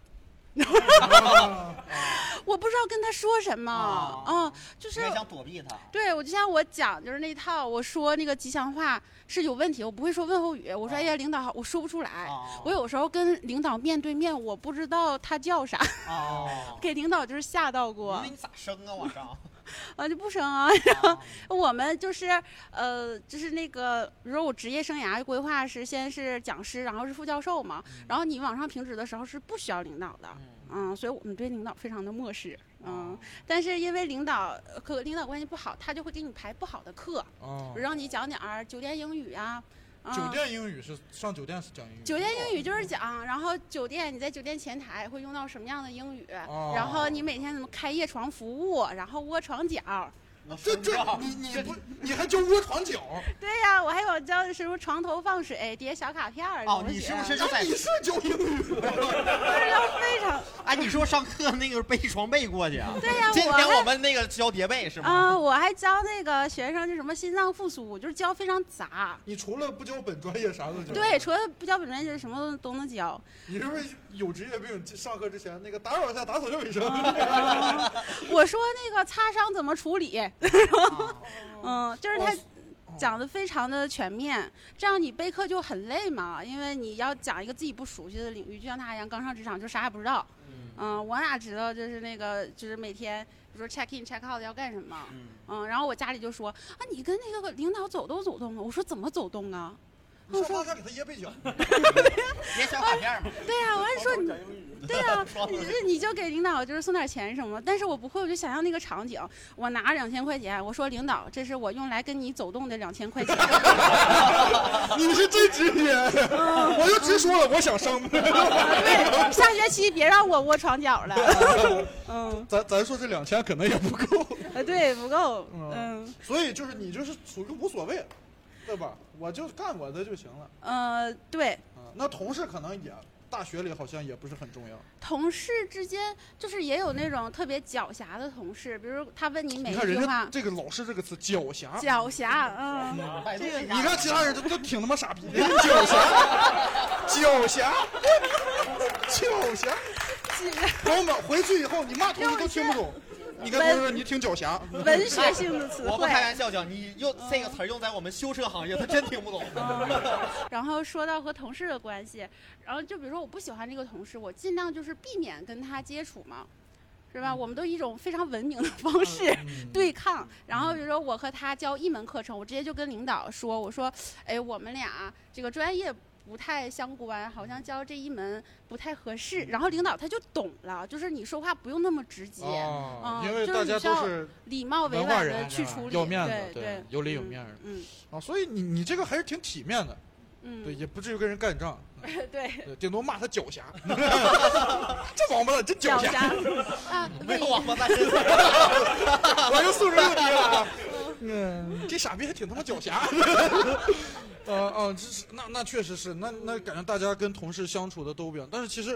我不知道跟他说什么，啊、嗯，就是想躲避他。 对，我就像我讲就是那套，我说那个吉祥话是有问题，我不会说问候语，我说哎呀领导好，我说不出来，啊、我有时候跟领导面对面，我不知道他叫啥，啊、给领导就是吓到过。 你咋生啊，晚上？ 啊，就不生啊。然后我们就是呃，就是那个，比如说我职业生涯规划是先是讲师，然后是副教授嘛。然后你往上评职的时候是不需要领导的，嗯，所以我们对领导非常的漠视，嗯。但是因为领导和领导关系不好，他就会给你排不好的课，哦，让你讲点儿酒店英语啊。 酒店英语是上酒店是讲英语， 酒店英语就是讲，然后酒店你在酒店前台会用到什么样的英语，哦、然后你每天怎么开夜床服务，然后窝床脚。 这这你你不你还教窝床脚？ 对呀、啊，我还有教什么床头放水、叠小卡片儿。 哦，你是不是就在？ 你是教英语？ 就是要非常。 哎，你说上课那个背床背过去啊？ 对呀、啊， 今天我们那个教叠被是吗？ 啊、呃，我还教那个学生就什么心脏复苏，就是教非常杂。 你除了不教本专业，啥都教？ 对，除了不教本专业，就是什么都能教。 你是不是有职业病？上课之前那个打扰一下，打扫卫生。 我说那个擦伤怎么处理？嗯，就是他讲的非常的全面，这样你备课就很累嘛，因为你要讲一个自己不熟悉的领域，就像他一样刚上职场就啥也不知道。嗯，我哪知道就是那个就是每天比如说 check in check out 要干什么？嗯，然后我家里就说啊，你跟那个领导走动走动。我说怎么走动啊？ 我说给他掖被角， 掖小卡片嘛。 对呀、啊，我还说你，对呀、啊，你你就给领导就是送点钱什么，但是我不会，我就想象那个场景，我拿两千块钱，我说领导，这是我用来跟你走动的两千块钱。 你是真直接，嗯、我就直说了，我想生。 对，下学期别让我窝床脚了。嗯， 咱咱说这两千可能也不够。 呃，对，不够。嗯， 所以就是你就是属于无所谓。对吧？我就干我的就行了。 呃，对。 啊，那同事可能也，大学里好像也不是很重要。 同事之间就是也有那种特别狡黠的同事，比如他问你每一句话。 你看人家这个老师这个词狡黠。 狡黠，嗯。 这个你看其他人都都挺他妈傻逼的。狡黠，狡黠，狡黠。朋友们回去以后，你骂同事都听不懂。你跟同事说你挺狡黠， 文学性的词汇。 我不开玩笑讲，你用这个词儿用在我们修车行业，他真听不懂。 然后说到和同事的关系，然后就比如说我不喜欢这个同事，我尽量就是避免跟他接触嘛，是吧？我们都以一种非常文明的方式对抗。然后比如说我和他教一门课程，我直接就跟领导说，我说，哎，我们俩这个专业不太相关，好像教这一门不太合适。然后领导他就懂了，就是你说话不用那么直接， 哦嗯、 因为大家都是礼貌委婉的去处理， 要面子， 对对， 有理有面的， 嗯， 啊，所以你你这个还是挺体面的， 嗯， 对，也不至于跟人干仗， 对， 对，顶多骂他狡黠，这王八蛋真狡黠啊， 没有王八蛋， 我就素质又低了，嗯，这傻逼还挺他妈狡黠。呃哦，这是那那确实是，那那感觉大家跟同事相处的都不一样。但是其实，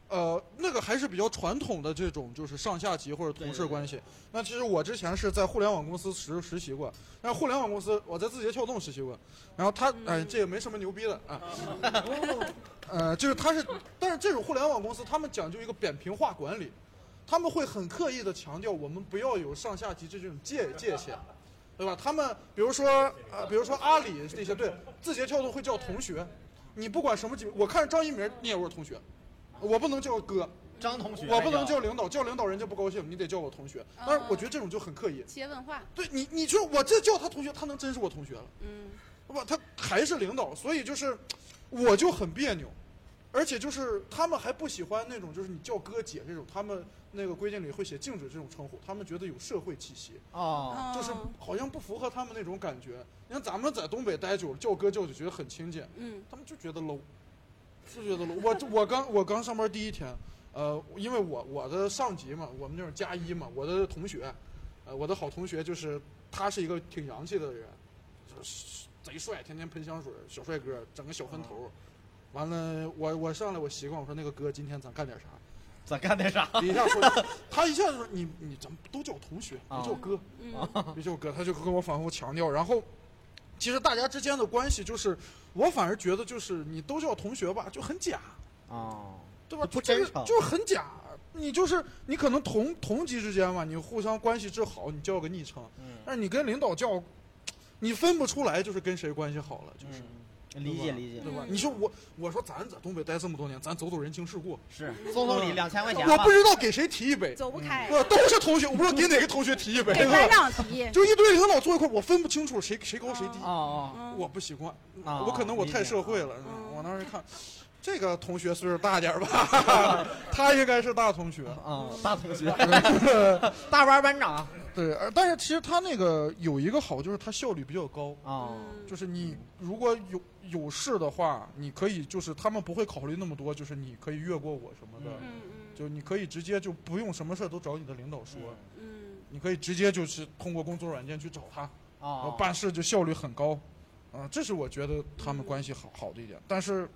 呃，那个还是比较传统的这种，就是上下级或者同事关系。对对对，那其实我之前是在互联网公司实实习过，但是互联网公司我在字节跳动实习过，然后他哎、呃，这也没什么牛逼的啊。呃，就是他是，但是这种互联网公司他们讲究一个扁平化管理，他们会很刻意的强调我们不要有上下级这种界界限。对吧？他们比如说呃，比如说阿里这些，对，字节跳动会叫同学，你不管什么级，我看张一鸣你也是同学，我不能叫哥， 张同学， 我不能叫领导，叫领导人家不高兴，你得叫我同学。但是我觉得这种就很刻意。 企业文化。对你，你说我这叫他同学，他能真是我同学了？ 嗯， 对吧？他还是领导，所以就是我就很别扭，而且就是他们还不喜欢那种就是你叫哥姐这种，他们那个规定里会写禁止这种称呼，他们觉得有社会气息哦， 就是好像不符合他们那种感觉。你看咱们在东北待久了，叫哥叫姐觉得很亲近， 嗯， 他们就觉得 low， 就觉得 low。我我刚我刚上班第一天，呃，因为我我的上级嘛，我们那种加一嘛，我的同学，呃，我的好同学就是他是一个挺洋气的人，就是贼帅，天天喷香水，小帅哥，整个小分头。完了，我我上来我习惯我说那个哥，今天咱干点啥？ 咱干点啥？ 一下说，他一下就说你你咱们都叫同学，别叫哥，别叫哥，他就跟我反复强调。然后，其实大家之间的关系就是，我反而觉得就是你都叫同学吧，就很假哦， 对吧？ 不真诚， 就是很假。你就是你可能同同级之间嘛，你互相关系之好，你叫个昵称， 嗯， 但是你跟领导叫，你分不出来就是跟谁关系好了，就是。 嗯理解理解， 对吧？你说我，我说咱在东北待这么多年，咱走走人情世故， 是送送礼两千块钱， 我不知道给谁提一杯， 走不开， 都是同学，我不知道给哪个同学提一杯， 给班长提， 就一堆领导坐一块，我分不清楚谁谁高谁低， 哦， 我不习惯，我可能我太社会了，我当时看。这个同学岁数大点吧，他应该是大同学啊，大同学，大班班长。 对，但是其实他那个有一个好，就是他效率比较高啊。 就是你如果有有事的话，你可以就是他们不会考虑那么多，就是你可以越过我什么的， 嗯就你可以直接就不用什么事都找你的领导说， 嗯， 你可以直接就是通过工作软件去找他， 啊， 办事就效率很高，啊，这是我觉得他们关系好好的一点，但是。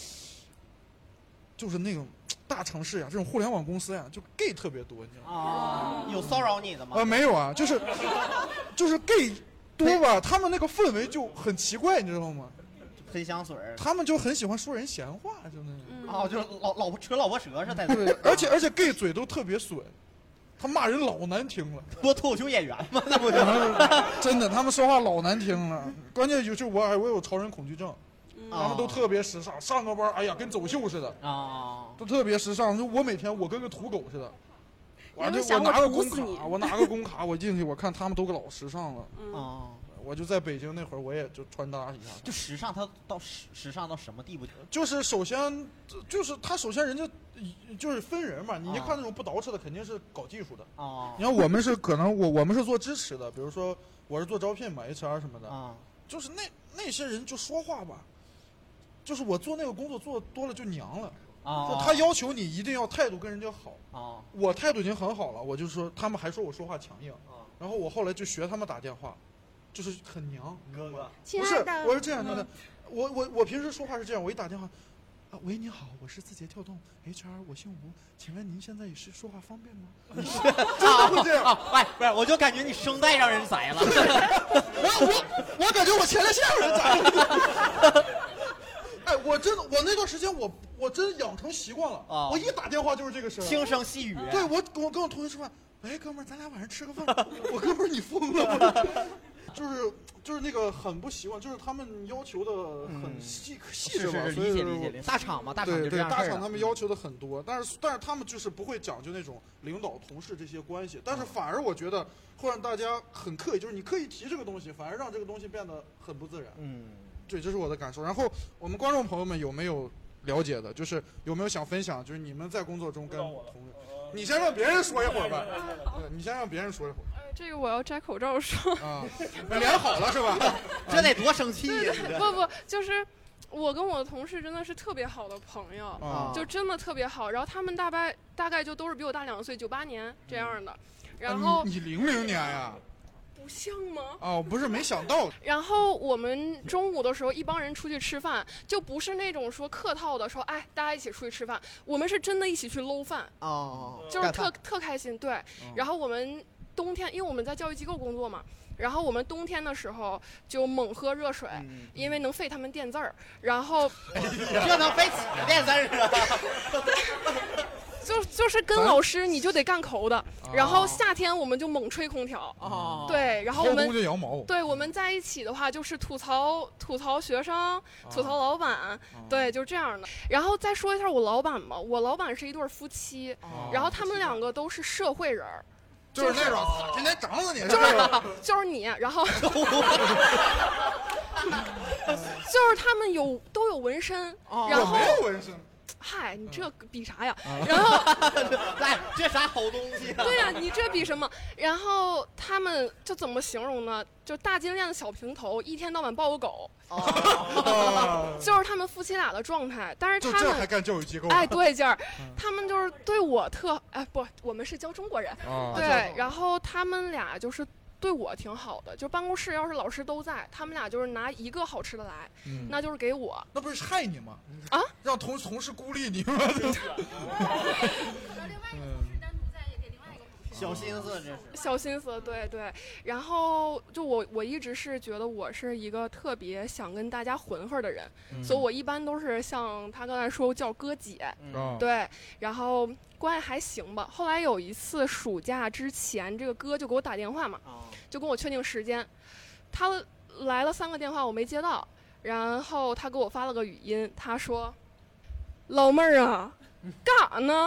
就是那种大城市呀，这种互联网公司呀，就 gay 特别多，你知道吗？ 啊，有骚扰你的吗？ 呃，没有啊，就是就是 gay 多吧，他们那个氛围就很奇怪，你知道吗？ 喷香水， 他们就很喜欢说人闲话，就那种。哦，就是老老婆扯老婆舌是在那。 对，而且而且 gay 嘴都特别损，他骂人老难听了。 多脱口秀演员嘛，那不就？ 真的，他们说话老难听了。关键就是我我有潮人恐惧症。他们都特别时尚，上个班，哎呀，跟走秀似的啊， 都特别时尚。就我每天我跟个土狗似的，完就我拿个工卡，我拿个工卡，我进去我看他们都老时尚了啊。 我就在北京那会儿，我也就穿搭一下。 就时尚，它到时时尚到什么地步？ 就是首先就是他首先人家就是分人嘛，你一看那种不捯饬的，肯定是搞技术的啊。 你看我们是可能我我们是做支持的，比如说我是做招聘嘛 ，H R 什么的啊， 就是那那些人就说话吧。就是我做那个工作做多了就娘了啊！ 他要求你一定要态度跟人家好啊！ 我态度已经很好了，我就说他们还说我说话强硬啊。然后我后来就学他们打电话，就是很娘。 哥哥， 不是，我是这样的，我我我平时说话是这样，我一打电话，啊喂你好，我是字节跳动 H R， 我姓吴，请问您现在也是说话方便吗？真的会这样？ 哎，不是，我就感觉你声带让人宰了。 我我我感觉我前列腺让人宰了。哎，我真的，我那段时间我我真养成习惯了啊！我一打电话就是这个声， 轻声细语。 对我，我跟我同学吃饭，哎，哥们儿，咱俩晚上吃个饭。我哥们儿，你疯了！就是就是那个很不习惯，就是他们要求的很细细致嘛， 理解理解。大厂嘛，大厂就这样。 对对，大厂他们要求的很多，但是但是他们就是不会讲究那种领导同事这些关系，但是反而我觉得会让大家很刻意，就是你刻意提这个东西，反而让这个东西变得很不自然。 嗯。 对，这是我的感受。然后我们观众朋友们有没有了解的？就是有没有想分享？就是你们在工作中跟同事，你先让别人说一会儿吧。对，你先让别人说一会儿。 呃，这个我要摘口罩说。 啊，脸好了是吧？ 这得多生气呀！ 不不，就是我跟我的同事真的是特别好的朋友， 啊、 就真的特别好。然后他们大概大概就都是比我大两岁，九八年这样的。然后、 啊、你零零年呀？ 不像吗？ 哦，不是没想到。 然后我们中午的时候，一帮人出去吃饭，就不是那种说客套的说，哎，大家一起出去吃饭，我们是真的一起去搂饭， 哦， 就是特特开心。对，哦、然后我们冬天，因为我们在教育机构工作嘛。然后我们冬天的时候就猛喝热水，嗯、因为能费他们垫字儿。然后这能费几个垫字儿啊？ 就就是跟老师你就得干口的，然后夏天我们就猛吹空调， 哦、 对，然后我们就羊毛， 对，我们在一起的话就是吐槽吐槽学生，吐槽老板，哦、对，就这样的。然后再说一下我老板吧，我老板是一对夫妻，哦、然后他们两个都是社会人。 就是那种，今天整死你！ 就是就是你，然后就是他们有都有纹身， 哦、 然后没有纹身。 嗨，你这比啥呀？嗯、然后， 来，这啥好东西、啊？ 对呀、啊，你这比什么？然后他们就怎么形容呢？就大金链子小平头，一天到晚抱个狗，哦、就是他们夫妻俩的状态。但是他们就这还干教育机构？ 哎，对劲儿，他们就是对我特哎不，我们是教中国人，哦、对，然后他们俩就是对我挺好的，就办公室要是老师都在，他们俩就是拿一个好吃的来，嗯、那就是给我。 那不是害你吗？ 啊， 让同同事孤立你吗？ 小心思，这是小心思，对对。然后就我我一直是觉得我是一个特别想跟大家混混的人，嗯、所以我一般都是像他刚才说叫哥姐，嗯、对，然后关系还行吧。后来有一次暑假之前，这个哥就给我打电话嘛，哦、就跟我确定时间，他来了三个电话我没接到，然后他给我发了个语音，他说：“老妹儿啊。”干啥呢？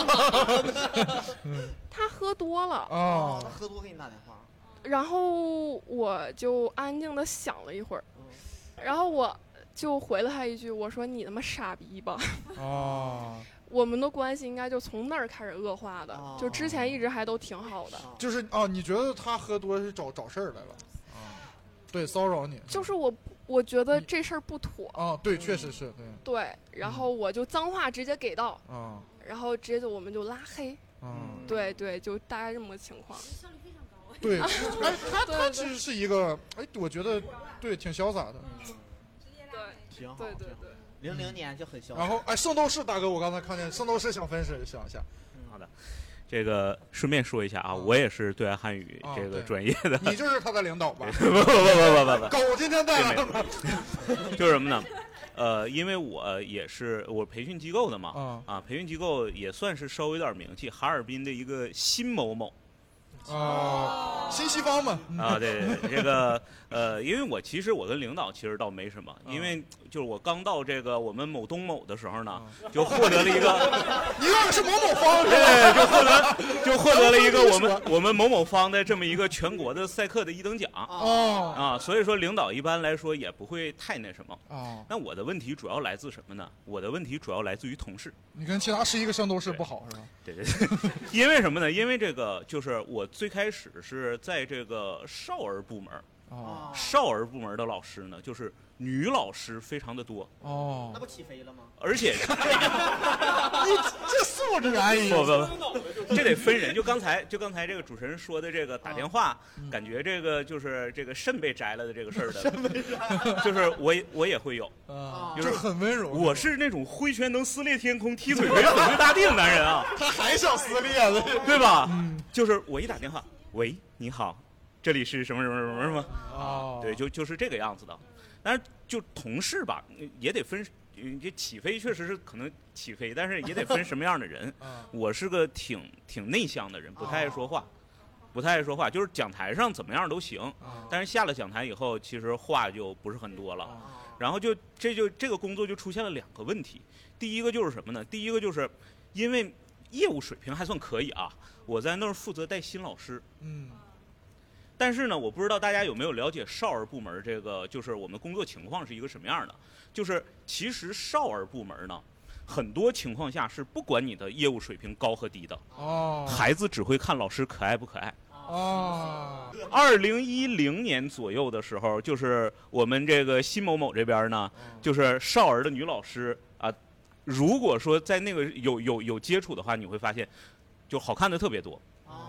他喝多了哦，他喝多给你打电话， 然后我就安静的想了一会儿，嗯、然后我就回了他一句，我说你他妈傻逼吧！哦，我们的关系应该就从那儿开始恶化的，哦、就之前一直还都挺好的。 就是哦，你觉得他喝多是找找事儿来了？啊，对，骚扰你。 就是我。我觉得这事儿不妥啊，对，确实是对。 对，然后我就脏话直接给到啊，然后直接就我们就拉黑啊，对对，就大概这么个情况。 效率非常高。 对，哎，他他其实是一个，哎，我觉得对，挺潇洒的。 直接拉黑。 挺好。 对对对。 零零年就很潇洒。 然后，哎，圣斗士大哥，我刚才看见圣斗士想分析想一下。 嗯，好的。这个顺便说一下啊，我也是对外汉语这个专业的。 你就是他的领导吧？ 不不不不不不， 狗今天带来了吗？ 就是什么呢？呃，因为我也是我培训机构的嘛， 嗯、 啊，培训机构也算是稍微有点名气，哈尔滨的一个新某某。 哦，新西方嘛。 啊，对对对，这个呃，因为我其实我跟领导其实倒没什么，因为就是我刚到这个我们某东某的时候呢，就获得了一个， 你用的是某某方， 对，就获得就获得了一个我们我们某某方的这么一个全国的赛课的一等奖。 哦啊，所以说领导一般来说也不会太那什么。 哦， 那我的问题主要来自什么呢？我的问题主要来自于同事。 你跟其他十一个圣斗士不好是吧？ 对对对，因为什么呢？因为这个就是我最开始是在这个少儿部门， 哦， 少儿部门的老师呢，就是女老师非常的多。 哦， 那不起飞了吗？ 而且， 你这素质哎呀！ 不不不，这得分人。就刚才就刚才这个主持人说的这个打电话， 嗯、 感觉这个就是这个肾被摘了的这个事儿的，就是我我也会有， 啊， 就是很温柔。 我是那种挥拳能撕裂天空、踢腿可以粉碎大地的男人啊！ 他还想撕裂了， 对吧？嗯，就是我一打电话，喂，你好，这里是什么什么什么什么？ 哦， 对，就就是这个样子的。但是就同事吧，也得分。这起飞确实是可能起飞，但是也得分什么样的人。我是个挺挺内向的人，不太爱说话，不太爱说话。就是讲台上怎么样都行，但是下了讲台以后，其实话就不是很多了。然后就这就这个工作就出现了两个问题。第一个就是什么呢？第一个就是因为业务水平还算可以啊，我在那儿负责带新老师。 嗯。 但是呢，我不知道大家有没有了解少儿部门这个，就是我们工作情况是一个什么样的。就是其实少儿部门呢，很多情况下是不管你的业务水平高和低的。 哦。 孩子只会看老师可爱不可爱。 哦。 二零一零年左右的时候，就是我们这个新某某这边呢，就是少儿的女老师啊，如果说在那个有有有接触的话，你会发现，就好看的特别多。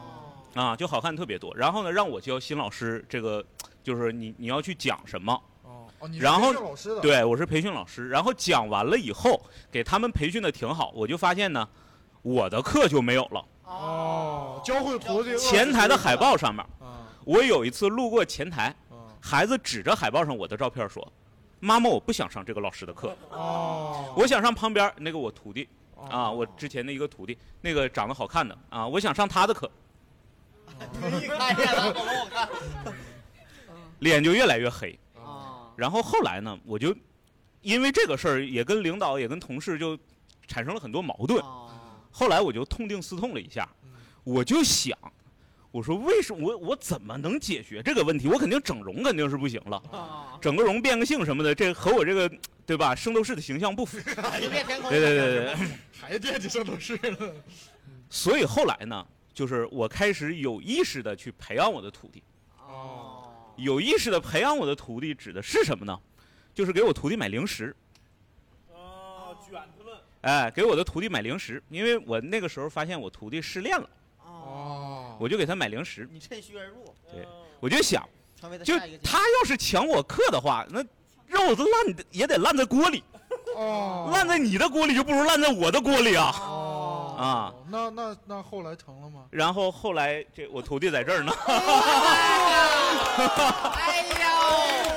啊，就好看特别多。然后呢，让我教新老师这个，就是你你要去讲什么。 哦哦，你是然后培训老师的。 对，我是培训老师。然后讲完了以后，给他们培训的挺好，我就发现呢，我的课就没有了。 哦，教会徒弟。 前台的海报上面，我有一次路过前台，孩子指着海报上我的照片说：“妈妈，我不想上这个老师的课。” 哦， 我想上旁边那个我徒弟。啊，我之前的一个徒弟，那个长得好看的啊，我想上他的课， 一开眼了，好好看， 脸就越来越黑啊。然后后来呢，我就因为这个事儿，也跟领导也跟同事就产生了很多矛盾。后来我就痛定思痛了一下，我就想，我说为什么我我怎么能解决这个问题？我肯定整容肯定是不行了，整个容变个性什么的，这和我这个对吧圣斗士的形象不符。对对对对， 还惦记圣斗士了。 所以后来呢，就是我开始有意识的去培养我的徒弟。 哦， 有意识的培养我的徒弟指的是什么呢？就是给我徒弟买零食。 哦，卷子们。 哎，给我的徒弟买零食，因为我那个时候发现我徒弟失恋了。 哦， 我就给他买零食。 你趁虚而入。 对，我就想，就他要是抢我课的话，那肉都烂也得烂在锅里。 哦， 烂在你的锅里就不如烂在我的锅里啊。 哦， 啊， 那那那后来成了吗？ 然后后来这我徒弟在这儿呢。 哎呦！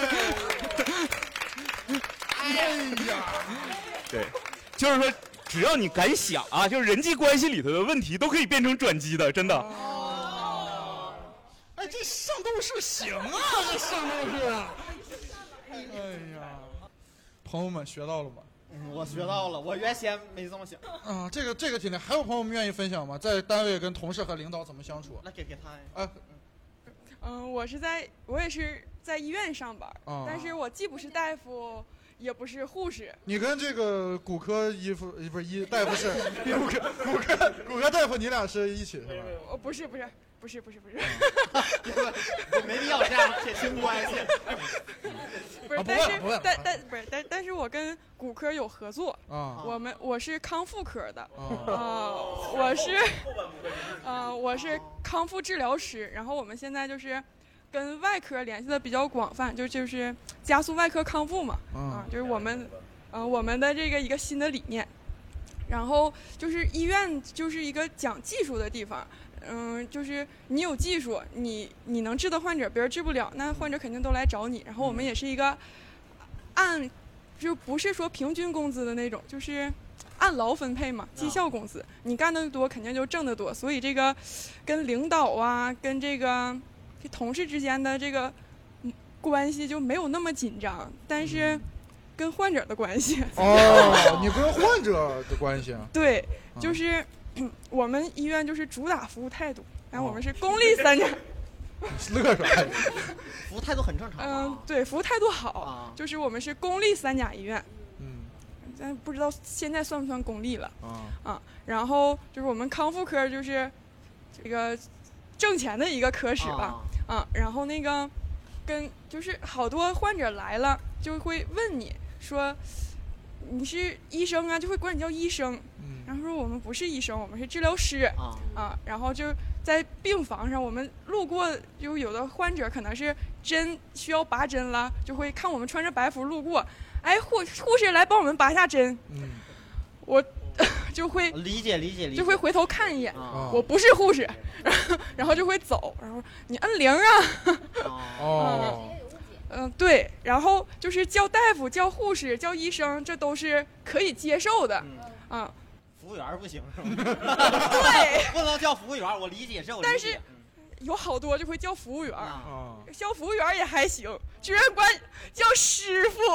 哎呀！ 对，就是说。只要你敢想啊，就是人际关系里头的问题都可以变成转机的，真的。 哦，哎，这圣斗士行啊，这圣斗士。哎呀，朋友们学到了吗？ 嗯，我学到了，我原先没这么想。 啊，这个这个挺厉害。还有朋友们愿意分享吗？在单位跟同事和领导怎么相处？ 那给给他。 哎， 嗯，我是在，我也是在医院上班， 啊、 但是我既不是大夫。也不是护士， 你跟这个骨科医夫不是医大夫是骨科骨科骨科大夫，你俩是一起是吧？ 哦，不是不是不是不是不是， 没必要这样撇清关系。 不是，但是但但不是但但是我跟骨科有合作啊， 我们我是康复科的啊，我是啊我是康复治疗师，然后我们现在就是。跟外科联系的比较广泛，就就是加速外科康复嘛， 嗯、 啊，就是我们，呃，我们的这个一个新的理念。然后就是医院就是一个讲技术的地方，嗯，就是你有技术，你你能治的患者别人治不了，那患者肯定都来找你。然后我们也是一个按，就不是说平均工资的那种，就是按劳分配嘛，绩效工资，你干得多肯定就挣得多。所以这个跟领导啊，跟这个。同事之间的这个关系就没有那么紧张，但是跟患者的关系哦，你跟患者的关系啊？ 对，就是、嗯、我们医院就是主打服务态度，然后我们是公立三甲。 乐啥呀？ 服务态度很正常。 嗯，对，服务态度好， 啊、 就是我们是公立三甲医院。 嗯， 咱不知道现在算不算公立了啊？ 啊，然后就是我们康复科就是这个挣钱的一个科室吧。啊，然后那个，跟就是好多患者来了，就会问你说，你是医生啊，就会管你叫医生。 嗯。 然后说我们不是医生，我们是治疗师。 啊。 啊，然后就在病房上，我们路过，就有的患者可能是针需要拔针了，就会看我们穿着白服路过，哎，护护士来帮我们拔一下针。 嗯。 我。就会理解理解理解， 就会回头看一眼， 啊、 我不是护士，然后然后就会走，然后你摁铃啊， 哦， 嗯、呃，对，然后就是叫大夫、叫护士、叫医生，这都是可以接受的，嗯，啊、 服务员不行是吗？ 对， 不能叫服务员，我理解这我理解。 但是有好多就会叫服务员， 啊， 叫服务员也还行，居然管叫师傅，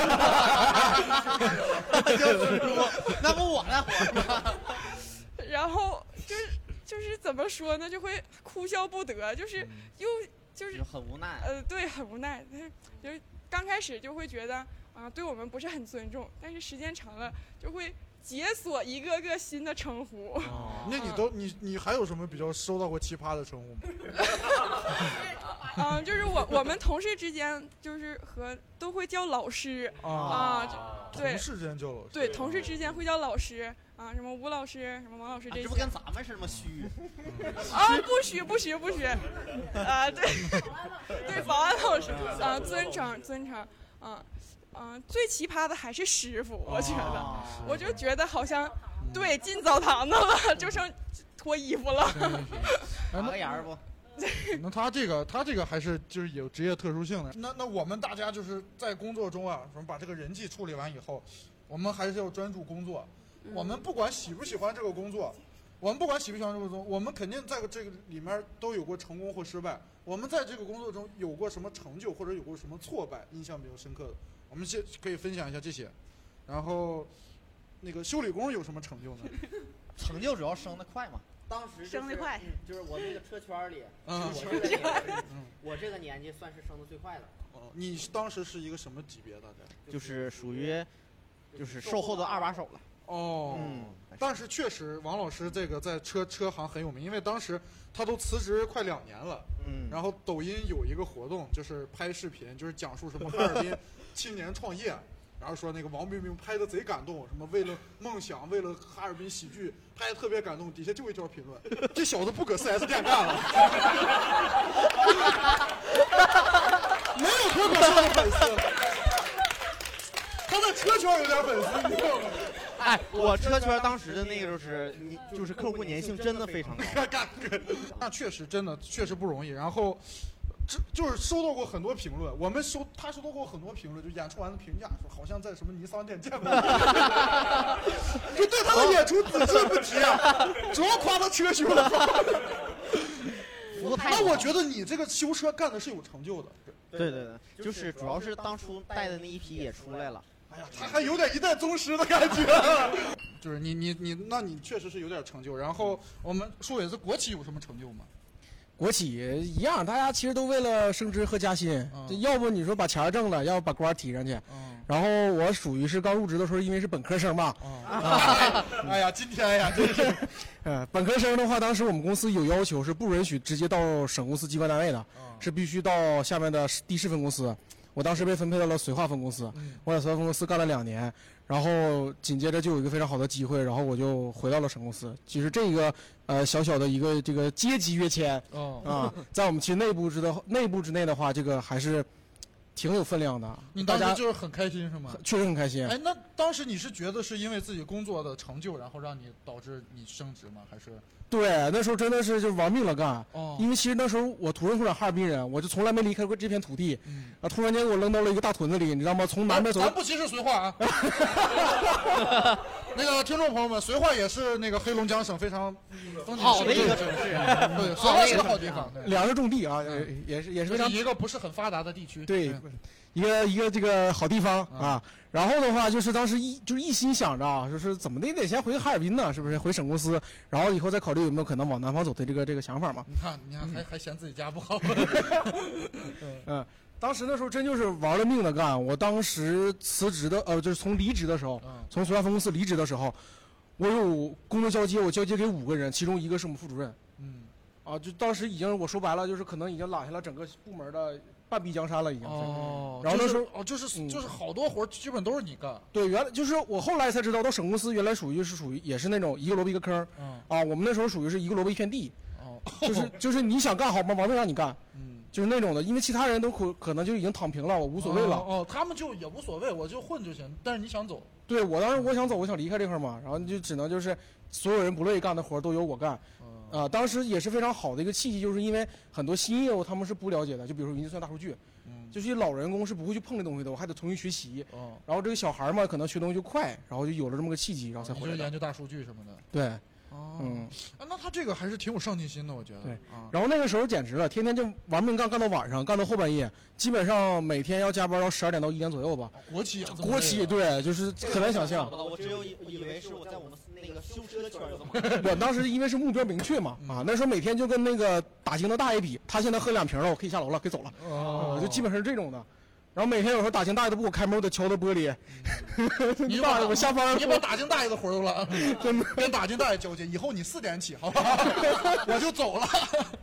叫师傅，那不我那活吗？ 然后就是就是怎么说呢，就会哭笑不得，就是又就是很无奈， 呃，对，很无奈，就是刚开始就会觉得啊，对我们不是很尊重，但是时间长了就会。解锁一个个新的称呼。 哦，那你都你你还有什么比较收到过奇葩的称呼吗？ 嗯，就是我我们同事之间就是和都会叫老师啊，对， 同事之间叫老师， 对，同事之间会叫老师啊，什么吴老师，什么王老师这些。 这不跟咱们似的吗？虚啊，不虚不虚不虚，啊，对，对，保安老师啊，尊称尊称，啊。嗯，最奇葩的还是师傅，我觉得，哦、我就觉得好像，对，进澡堂子了，就剩脱衣服了。 打个眼儿不？ 那他这个，他这个还是就是有职业特殊性的。那那我们大家就是在工作中啊，什么把这个人际处理完以后，我们还是要专注工作。嗯、我们不管喜不喜欢这个工作，我们不管喜不喜欢这个工作，我们肯定在这个里面都有过成功或失败。我们在这个工作中有过什么成就，或者有过什么挫败，印象比较深刻的。我们先可以分享一下这些，然后那个修理工有什么成就呢？ 成就主要升得快嘛。当时、就是、 升得快、 嗯，就是我那个车圈里， 嗯、 我这个年纪，嗯、我这个年纪算是升得最快的。 哦，你当时是一个什么级别大概？ 就是属于，就是售后的二把手了。 哦，嗯，但是确实王老师这个在车车行很有名，因为当时他都辞职快两年了。嗯，然后抖音有一个活动，就是拍视频，就是讲述什么哈尔滨青年创业，然后说那个王冰冰拍的贼感动，什么为了梦想，为了哈尔滨喜剧拍的特别感动，底下就一条评论：这小子不搁 四 S 店干了。没有可可说的粉丝，他在车圈有点粉丝，你知道吗？ 哎，我车圈当时的那个就是你就是客户粘性真的非常高， 那确实真的确实不容易。然后。这就是收到过很多评论，我们收他收到过很多评论，就演出完的评价说好像在什么尼桑店见过，就对他的演出只字不提啊，主要夸他车修的好。那我觉得你这个修车干的是有成就的。 对对对，就是主要是当初带的那一批也出来了。 哎呀，他还有点一代宗师的感觉。就是你你你，那你确实是有点成就。然后我们舒伟子，国企有什么成就吗？ 国企一样，大家其实都为了升职和加薪，嗯、要不你说把钱挣了，要不把官提上去。嗯、然后我属于是刚入职的时候，因为是本科生嘛。 嗯、啊，哎呀，今天呀，真是。 呃，本科生的话，当时我们公司有要求，是不允许直接到省公司机关单位的，嗯、是必须到下面的地市分公司。我当时被分配到了绥化分公司，嗯、我在绥化分公司干了两年，然后紧接着就有一个非常好的机会，然后我就回到了省公司。其实这个呃小小的一个这个阶级跃迁，哦、啊，在我们其实内部之的内部之内的话，这个还是挺有分量的。 你当时就是很开心是吗？ 确实很开心。 哎，那当时你是觉得是因为自己工作的成就，然后让你导致你升职吗？还是？ 对，那时候真的是就玩命了干。哦。因为其实那时候我土生土长哈尔滨人，我就从来没离开过这片土地。嗯。啊，突然间给我扔到了一个大屯子里，你知道吗？从南边走。 咱不歧视绥化啊。那个听众朋友们，绥化也是那个黑龙江省非常好的一个城市。 对，绥化是个好地方。 粮食种地啊，也是也是非常一个不是很发达的地区。 对。一个一个这个好地方啊，然后的话就是当时一就是一心想着啊，就是怎么的也得先回哈尔滨呢，是不是？回省公司，然后以后再考虑有没有可能往南方走的这个这个想法嘛。 你看，你看，还、嗯、还嫌自己家不好。 嗯，当时那时候真就是玩了命的干。我当时辞职的，呃，就是从离职的时候，嗯、从绥化分公司离职的时候，我有工作交接，我交接给五个人，其中一个是我们副主任。嗯，啊，就当时已经我说白了，就是可能已经揽下了整个部门的半壁江山了，已经。哦， 然后那时候哦，就是就是好多活基本都是你干。 对，原来就是我后来才知道，到省公司原来属于是属于也是那种一个萝卜一个坑。嗯。啊，我们那时候属于是一个萝卜一片地。哦。就是就是你想干好吗？王命让你干。嗯。就是那种的，因为其他人都可可能就已经躺平了，我无所谓了。 哦，哦他们就也无所谓，我就混就行。但是你想走？ 对，我当时我想走，我想离开这块嘛，然后就只能就是所有人不乐意干的活都由我干。啊、呃，当时也是非常好的一个契机，就是因为很多新业务他们是不了解的，就比如说云计算、大数据，嗯，就是老人工是不会去碰这东西的，我还得重新学习。哦，然后这个小孩嘛，可能学东西就快，然后就有了这么个契机，然后才回来。 就研究大数据什么的。 对。 哦，嗯，啊，那他这个还是挺有上进心的，我觉得。 对，啊、然后那个时候简直了，天天就玩命干，干到晚上，干到后半夜，基本上每天要加班到十二点到一点左右吧。 国企， 国企，对，就是很难想象。 我只有以以为是我在我们那个修车圈子嘛。 我当时因为是目标明确嘛，啊，那时候每天就跟那个打更的大爷比，他现在喝两瓶了，我可以下楼了，可以走了。哦，就基本上是这种的。然后每天有时候打更大爷都不给我开门，我得敲他玻璃。 你把我下班，你把打更大爷都活动了，真的跟打更大爷交接。以后你四点起，好吧？我就走了。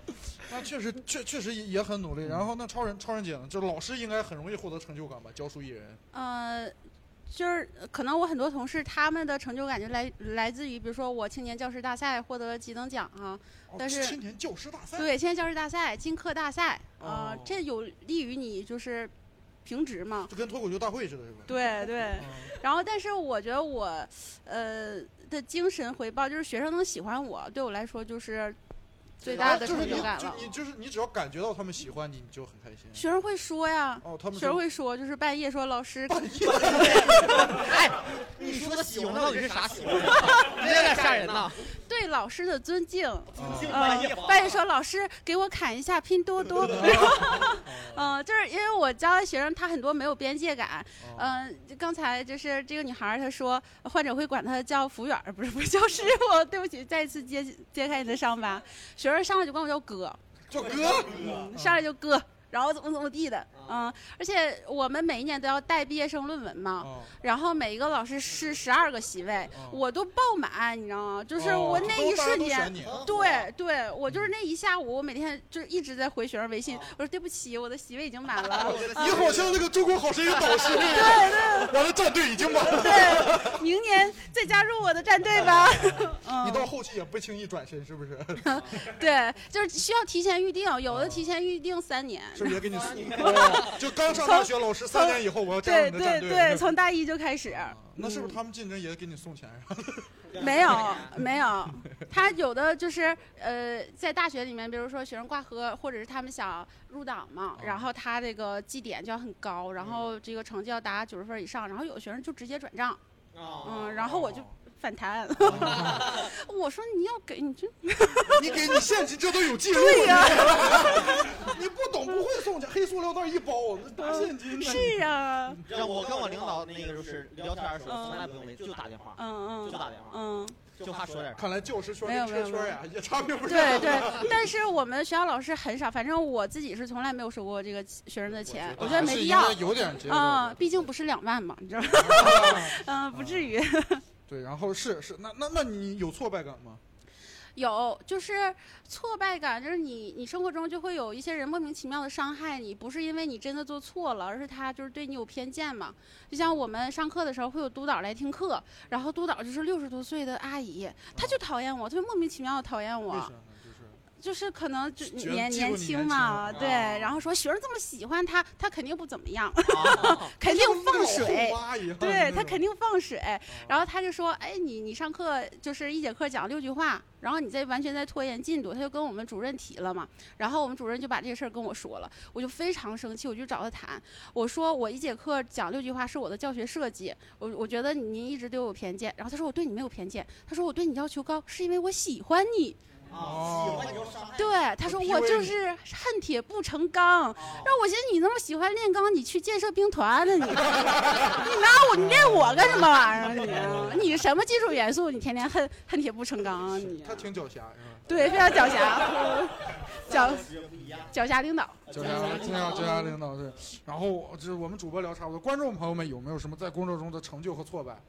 那确实确确实也很努力。然后那超人超人姐呢？就老师应该很容易获得成就感吧？教书艺人。 呃。就是可能我很多同事他们的成就感就来来自于，比如说我青年教师大赛获得几等奖啊， 哦、 但是青年教师大赛对青年教师大赛、金课大赛啊、 哦呃，这有利于你就是评职嘛， 就跟脱口秀大会似的，是吧？ 对对、嗯。然后，但是我觉得我呃的精神回报就是学生能喜欢我，对我来说就是最大的成就感了。 就是你就是你只要感觉到他们喜欢你，你就很开心。 学生会说呀， 哦，他们学生会说，就是半夜说老师。 半夜。哎，你说的喜欢到底是啥喜欢？这有点吓人呐。 对老师的尊敬。 尊敬半夜。 半夜说老师给我砍一下拼多多。嗯，就是因为我教的学生他很多没有边界感。嗯，刚才就是这个女孩她说，患者会管她叫服务员，不是不是叫师傅。对不起，再一次揭揭开你的伤疤。学生上来就管我叫哥。 叫哥， 嗯，上来就哥，然后怎么怎么地的，嗯，而且我们每一年都要带毕业生论文嘛， 哦、 然后每一个老师是十二个席位，哦、我都爆满，你知道吗？就是我那一瞬间， 哦、 对对，我就是那一下午，我每天就一直在回学生微信，我说对不起，我的席位已经满了。 你好像那个中国好声音导师， 对对， 我的战队已经满了。 对，明年再加入我的战队吧。 嗯、你到后期也不轻易转身，是不是？ 对，就是需要提前预定，有的提前预定三年。 是也给你哦，就刚上大学，老师三年以后我要加入你的战队。 对对对，从大一就开始。 啊、那是不是他们竞争也给你送钱？ 没有没有，他有的就是呃，在大学里面，比如说学生挂科，或者是他们想入党嘛，然后他这个绩点就要很高，然后这个成绩要达九十分以上，然后有的学生就直接转账。嗯，然后我就反弹。我说你要给你这， 你给你现金，这都有记录。 对呀、 啊，你不懂不会送钱，黑塑料袋一包，拿现金。 是啊。 让我跟我领导那个就是聊天的时候，从来不用微信，就打电话。 嗯嗯。 就打电话。 嗯。 就怕说点。 看来教师圈跟车圈呀也差别不少。 对对，但是我们学校老师很少，反正我自己是从来没有收过这个学生的钱，我觉得没必要。 有点啊、嗯，毕竟不是两万嘛，你知道吗？嗯，不至于。 对，然后是是，那那那你有挫败感吗？ 有，就是挫败感，就是你你生活中就会有一些人莫名其妙的伤害你，不是因为你真的做错了，而是他就是对你有偏见嘛。就像我们上课的时候会有督导来听课，然后督导就是六十多岁的阿姨，她就讨厌我，她就莫名其妙的讨厌我。就是可能就年年轻嘛，对，然后说学生这么喜欢他，他肯定不怎么样，肯定放水，对他肯定放水。然后他就说，哎，你你上课就是一节课讲六句话，然后你在完全在拖延进度，他就跟我们主任提了嘛。然后我们主任就把这个事儿跟我说了，我就非常生气，我就找他谈。我说我一节课讲六句话是我的教学设计，我我觉得您一直对我有偏见。然后他说我对你没有偏见，他说我对你要求高是因为我喜欢你。 哦， 对，他说我就是恨铁不成钢，让我寻思你那么喜欢炼钢，你去建设兵团呢？你你拿我你练我干什么玩意儿？你你什么技术元素？你天天恨恨铁不成钢啊？你他挺狡黠是吧？ 对，非常狡黠，狡狡黠领导， 狡黠狡黠狡黠领导对。然后就是我们主播聊差不多，观众朋友们有没有什么在工作中的成就和挫败？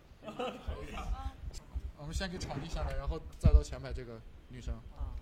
我们先给场地下来，然后再到前排这个女生。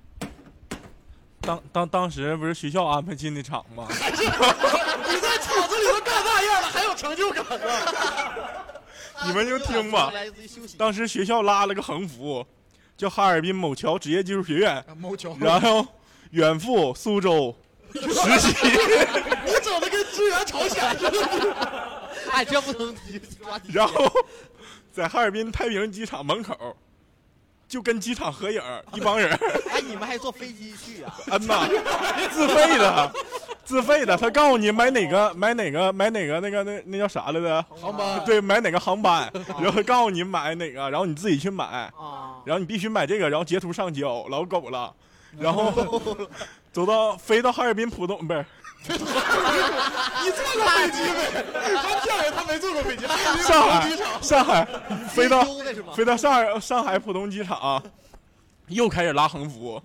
当当当时不是学校安排进的场吗？ 你在场子里都干那样了，还有成就感啊？ 你们就听吧。当时学校拉了个横幅，叫哈尔滨某桥职业技术学院， 某桥， 然后远赴苏州实习。 你整的跟支援朝鲜似的。 哎，这不能提。 然后在哈尔滨太平机场门口。就跟机场合影，一帮人。 哎，你们还坐飞机去啊？ 嗯呐，自费的，自费的。他告诉你买哪个，买哪个，买哪个，那个那那叫啥来着？ 航班。 对，买哪个航班，然后告诉你买哪个，然后你自己去买。 啊。 然后你必须买这个，然后截图上交，老狗了。然后走到飞到哈尔滨浦东，不是。 你坐过飞机没？他骗人，他没坐过飞机。 上海，上海，飞到飞到上海上海浦东机场，又开始拉横幅，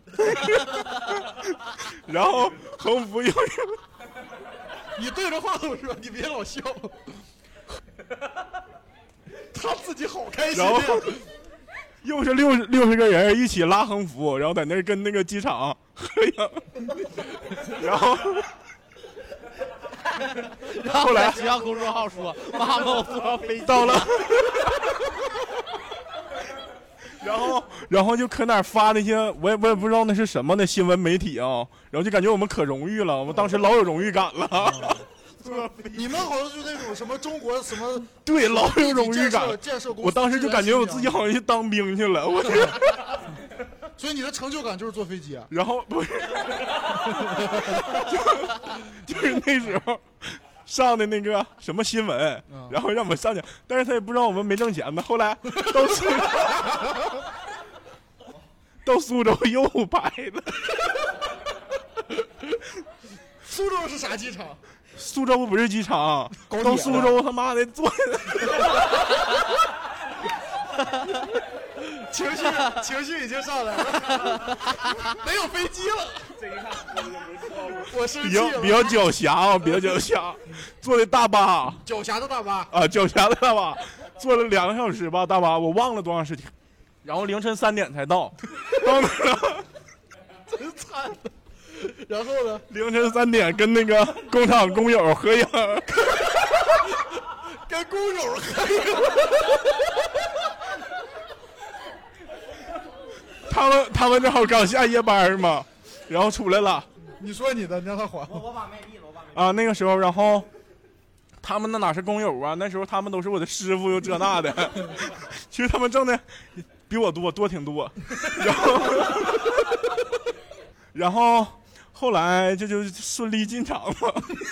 然后横幅又， 你对着话筒说，你别老笑。他自己好开心。 然后又是六六十个人一起拉横幅，然后在那跟那个机场合影，然后。 后来学校公众号说：“妈妈，我坐飞机到了。”然后，然后就可哪儿发那些，我也我也不知道那是什么的新闻媒体啊，然后就感觉我们可荣誉了，我们当时老有荣誉感了。 你们好像就那种什么中国什么对，老有荣誉感。 建设公司， 我当时就感觉我自己好像去当兵去了，我。 所以你的成就感就是坐飞机啊？ 然后不是，就就是那时候上的那个什么新闻，嗯、然后让我们上去，但是他也不知道我们没挣钱呢。后来到苏到苏州又拍了。 苏州是啥机场？ 苏州不是机场，到苏州他妈的坐。 情绪情绪已经上来了，没有飞机了。 这一看我生比气了。 较比较狡黠啊，比较狡黠，坐的大巴， 狡黠的大巴啊，狡黠的大巴，坐了两个小时吧，大巴我忘了多长时间，然后凌晨三点才到，到那了， 真惨。然后呢？ 凌晨三点跟那个工厂工友合影， 跟工友合影。 他们他们正好刚下夜班嘛，然后出来了。 你说你的，你让他还。 我我把麦递了，我把麦啊，那个时候，然后他们那哪是工友啊？那时候他们都是我的师傅，又这那的。其实他们挣的比我多，多挺多。然后，然后后来这就顺利进场嘛。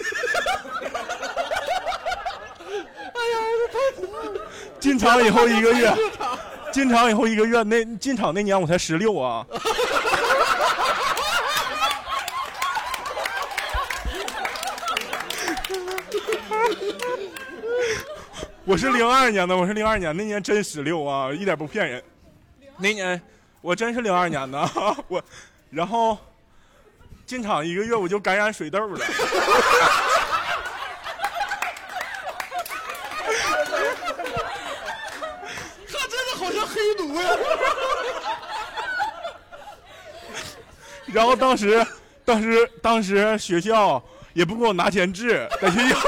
哎呀，这太惨了！ 进场以后一个月。进场以后一个月，那进场那年我才十六啊。我是零二年的，我是零二年，那年真十六啊，一点不骗人。那年我真是零二年的，我，然后进场一个月我就感染水痘了。 好像黑奴呀！ 然后当时，当时，当时学校也不给我拿钱治，在学校。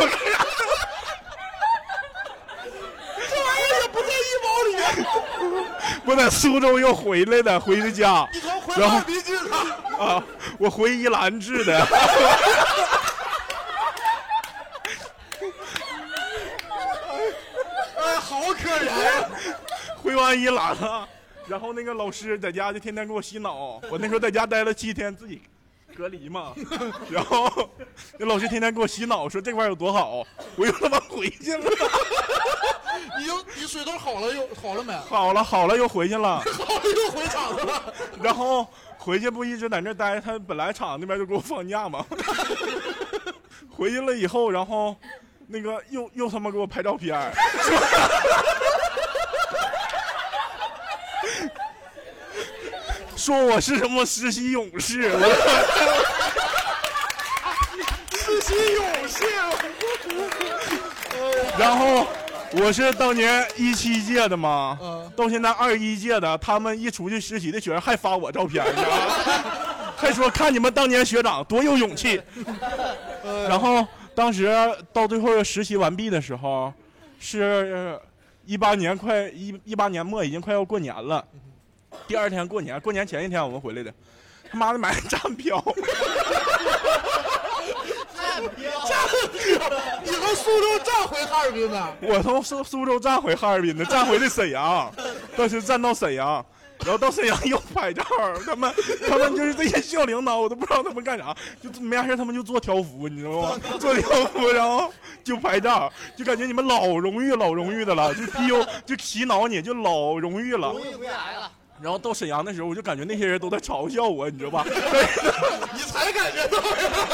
这玩意儿也不在医保里。 我在苏州又回来的，回的家。 你从回哈尔滨治的啊？我回宜兰治的。 哎，好可怜。 回完宜兰了，然后那个老师在家就天天给我洗脑。我那时候在家待了七天，自己隔离嘛。然后那老师天天给我洗脑，说这块有多好，我又他妈回去了。 你又你水痘好了又好了没？ 好了好了又回去了。 好了又回厂子了。 然后回去不一直在那待，他本来厂那边就给我放假嘛。回去了以后，然后那个又又他妈给我拍照片。说我是什么实习勇士，我实习勇士。 然后我是当年一七届的嘛，嗯、到现在二一届的，他们一出去实习的学生还发我照片，你知道吗？还说看你们当年学长多有勇气。然后当时到最后实习完毕的时候，是一八年快一一八年末，已经快要过年了。第二天过年，过年前一天我们回来的，他妈的买站票。 站票，站票！你从苏州站回哈尔滨的？ 我从苏苏州站回哈尔滨的，站回的沈阳，当时站到沈阳，然后到沈阳又拍照，他们他们就是这些校领导，我都不知道他们干啥，就没啥事他们就做条幅，你知道吗？做条幅，然后就拍照，就感觉你们老荣誉老荣誉的了，就 P U 就洗脑你，就老荣誉了。 荣誉归来了。 然后到沈阳的时候，我就感觉那些人都在嘲笑我，你知道吧？ 你才感觉到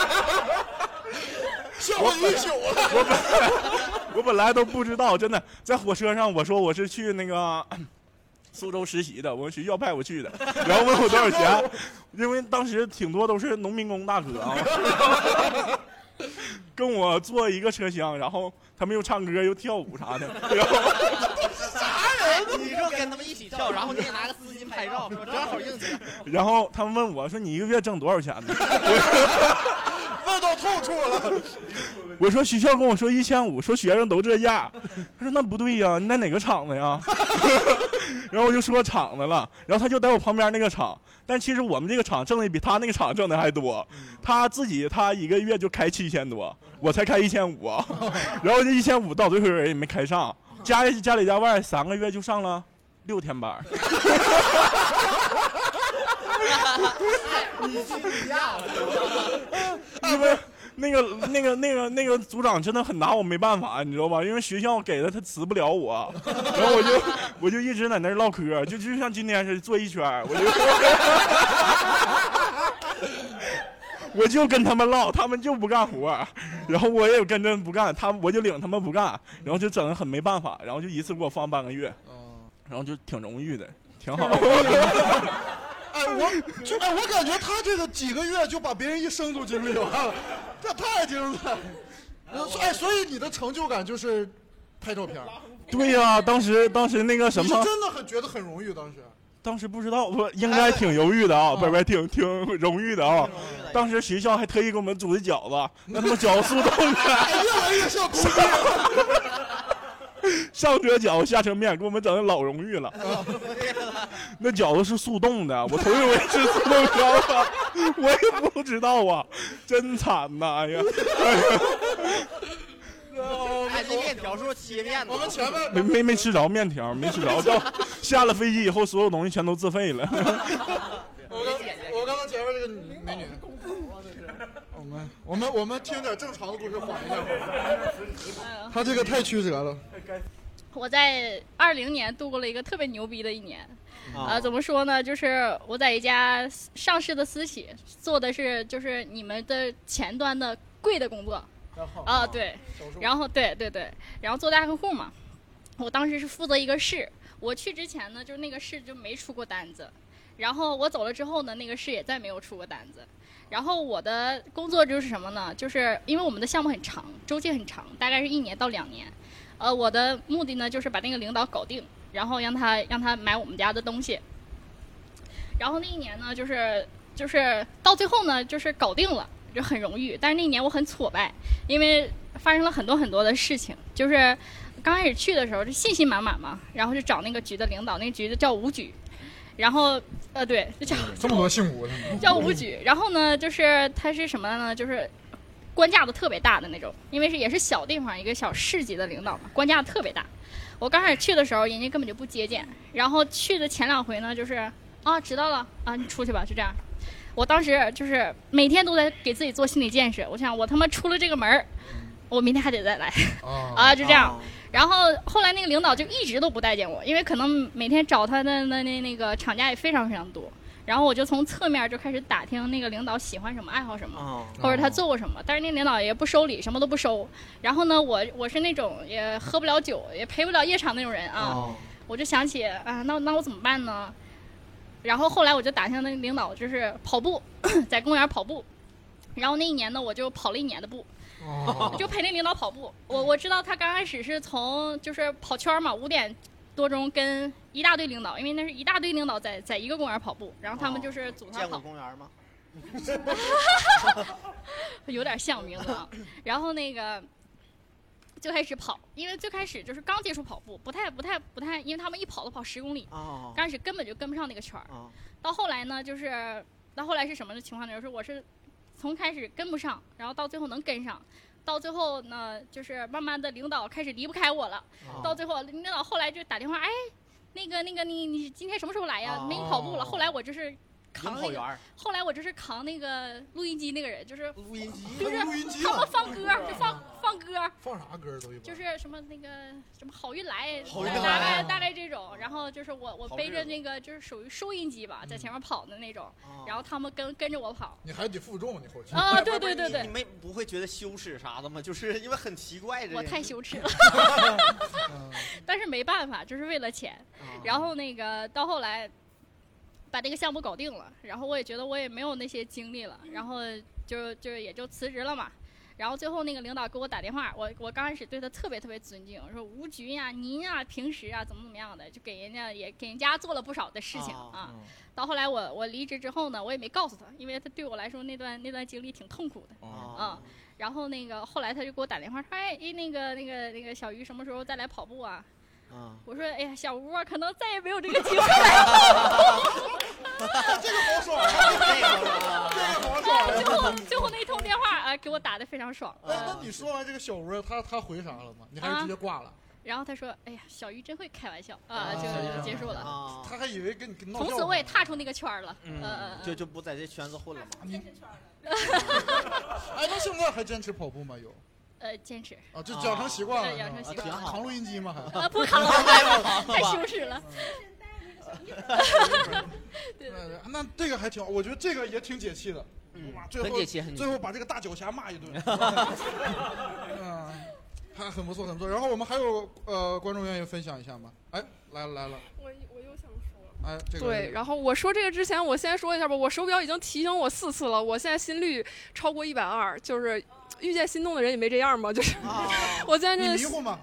笑话一宿了。 我本我本来都不知道，真的，在火车上我说我是去那个苏州实习的，我们学校派我去的，然后问我多少钱，因为当时挺多都是农民工大哥啊，跟我坐一个车厢，然后他们又唱歌又跳舞啥的，然后啥人？ 你说跟他们一起跳，然后你也拿个丝巾拍照，说正好应景。 然后他们问我说：“你一个月挣多少钱呢？” 问到痛处了。 我说学校跟我说一千五，说学生都这样。他说那不对呀，你在哪个厂子呀？然后我就说厂子了，然后他就在我旁边那个厂，但其实我们这个厂挣的比他那个厂挣的还多。他自己他一个月就开七千多，我才开一千五，然后这一千五到最后也没开上，家里家里家外三个月就上了六天班。 你去嫁了， 因为那个那个那个那个组长真的很拿我没办法，你知道吧？因为学校给的他辞不了我，然后我就我就一直在那儿唠嗑，就就像今天似的坐一圈，我就我就跟他们唠，他们就不干活，然后我也跟着不干，他我就领他们不干，然后就整得很没办法，然后就一次给我放半个月，然后就挺荣誉的，挺好。 哎，我就哎，我感觉他这个几个月就把别人一生都经历完了，这太精彩。哎，所以你的成就感就是拍照片。 对呀、啊，当时当时那个什么， 你是真的很觉得很荣誉，当时。 当时不知道，我应该挺犹豫的啊，不是不是，挺挺荣誉的啊。当时学校还特意给我们煮的饺子，让他们饺子速冻的， 越来越像工地。 上车饺子下车面，给我们整的老荣誉了。那饺子是速冻的，我头一回吃速冻饺子，我也不知道啊，真惨呐！哎呀，哎呀。 哎，那面条是不是切面的？ 我们前面没没没吃着面条，没吃着。到下了飞机以后，所有东西全都自费了。 我刚我刚刚前面这个美女，我们我们我们听点正常的故事，缓一下。他这个太曲折了。 我在二零年度过了一个特别牛逼的一年， 啊、 呃，怎么说呢？就是我在一家上市的私企做的是就是你们的前端的贵的工作。啊，对，然后对对对，然后做大客户嘛，我当时是负责一个市，我去之前呢，就是那个市就没出过单子，然后我走了之后呢，那个市也再没有出过单子，然后我的工作就是什么呢？就是因为我们的项目很长，周期很长，大概是一年到两年，呃，我的目的呢就是把那个领导搞定，然后让他让他买我们家的东西，然后那一年呢，就是就是到最后呢，就是搞定了。就很荣誉，但是那一年我很挫败，因为发生了很多很多的事情。就是刚开始去的时候就信心满满嘛，然后就找那个局的领导，那个局的叫吴局，然后呃对，就叫这么多姓吴的叫吴局。然后呢，就是他是什么呢？就是官架子特别大的那种，因为是也是小地方一个小市级的领导嘛，官架子特别大。我刚开始去的时候，人家根本就不接见，然后去的前两回呢，就是啊知道了啊，你出去吧，就这样。我当时就是每天都在给自己做心理建设，我想我他妈出了这个门儿，我明天还得再来，啊，就这样。然后后来那个领导就一直都不待见我，因为可能每天找他的那那那个厂家也非常非常多。然后我就从侧面就开始打听那个领导喜欢什么、爱好什么，或者他做过什么。但是那领导也不收礼，什么都不收。然后呢，我我是那种也喝不了酒，也陪不了夜场那种人啊。我就想起啊，那那我怎么办呢？然后后来我就打听那个领导，就是跑步，在公园跑步。然后那一年呢，我就跑了一年的步，我就陪那领导跑步。我我知道他刚开始是从就是跑圈嘛，五点多钟跟一大堆领导，因为那是一大堆领导在在一个公园跑步，然后他们就是组团跑。 见过公园吗？ 有点像名字啊。然后那个。就开始跑，因为最开始就是刚接触跑步，不太不太不太，因为他们一跑都跑十公里，刚开始根本就跟不上那个圈儿。到后来呢，就是到后来是什么的情况呢？就是我是从开始跟不上，然后到最后能跟上，到最后呢，就是慢慢的领导开始离不开我了。到最后领导后来就打电话，哎，那个那个你你今天什么时候来呀？没跑步了。后来我就是。扛那个，后来我就是扛那个录音机那个人，就是录音机， 就是他们放歌，就放放歌， 放啥歌都一般， 就是什么那个什么好运来， 好运来大概大概这种，然后就是我我背着那个就是属于收音机吧，在前面跑的那种，然后他们跟跟着我跑， 你还得负重，你后期啊，对对对对， 你没不会觉得羞耻啥的吗？就是因为很奇怪， 我太羞耻了，但是没办法，就是为了钱，然后那个到后来。把这个项目搞定了，然后我也觉得我也没有那些精力了，然后就就也就辞职了嘛。 然后最后那个领导给我打电话，我我刚开始对他特别特别尊敬，我说吴局呀、啊，您啊，平时啊怎么怎么样的，就给人家也给人家做了不少的事情啊。啊到后来我我离职之后呢，我也没告诉他，因为他对我来说那段那段经历挺痛苦的啊。啊然后那个后来他就给我打电话说，哎，那个那个那个小鱼什么时候再来跑步啊？啊，我说，哎呀，小吴可能再也没有这个机会了。 这个好爽啊！这个好爽啊！ 最后最后那一通电话啊，给我打得非常爽。 哎，那你说完这个小吴，他他回啥了吗？你还是直接挂了？ 啊然后他说：“哎呀，小鱼真会开玩笑啊！”就就结束了。 啊，他还以为跟你跟闹。 从此我也踏出那个圈了， 嗯， 呃、 就就不在这圈子混了嘛。 健身圈了。哎，那现在还坚持跑步吗？有？ 呃，坚持。 啊，这养成习惯了。 养成习惯。 挺好。 扛录音机吗？还？ 啊，不扛了，太羞耻了。 对对对，那这个还挺，我觉得这个也挺解气的。 嗯， 很解气，很解气。 最后把这个大脚侠骂一顿。嗯。还很不错，很不错。然后我们还有呃观众愿意分享一下吗？哎，来了来了。 我我又想说。 哎，这个。 对，然后我说这个之前，我先说一下吧。我手表已经提醒我四次了，我现在心率超过一百二，就是遇见心动的人也没这样嘛，就是。啊、我现在真的。 你迷糊吗？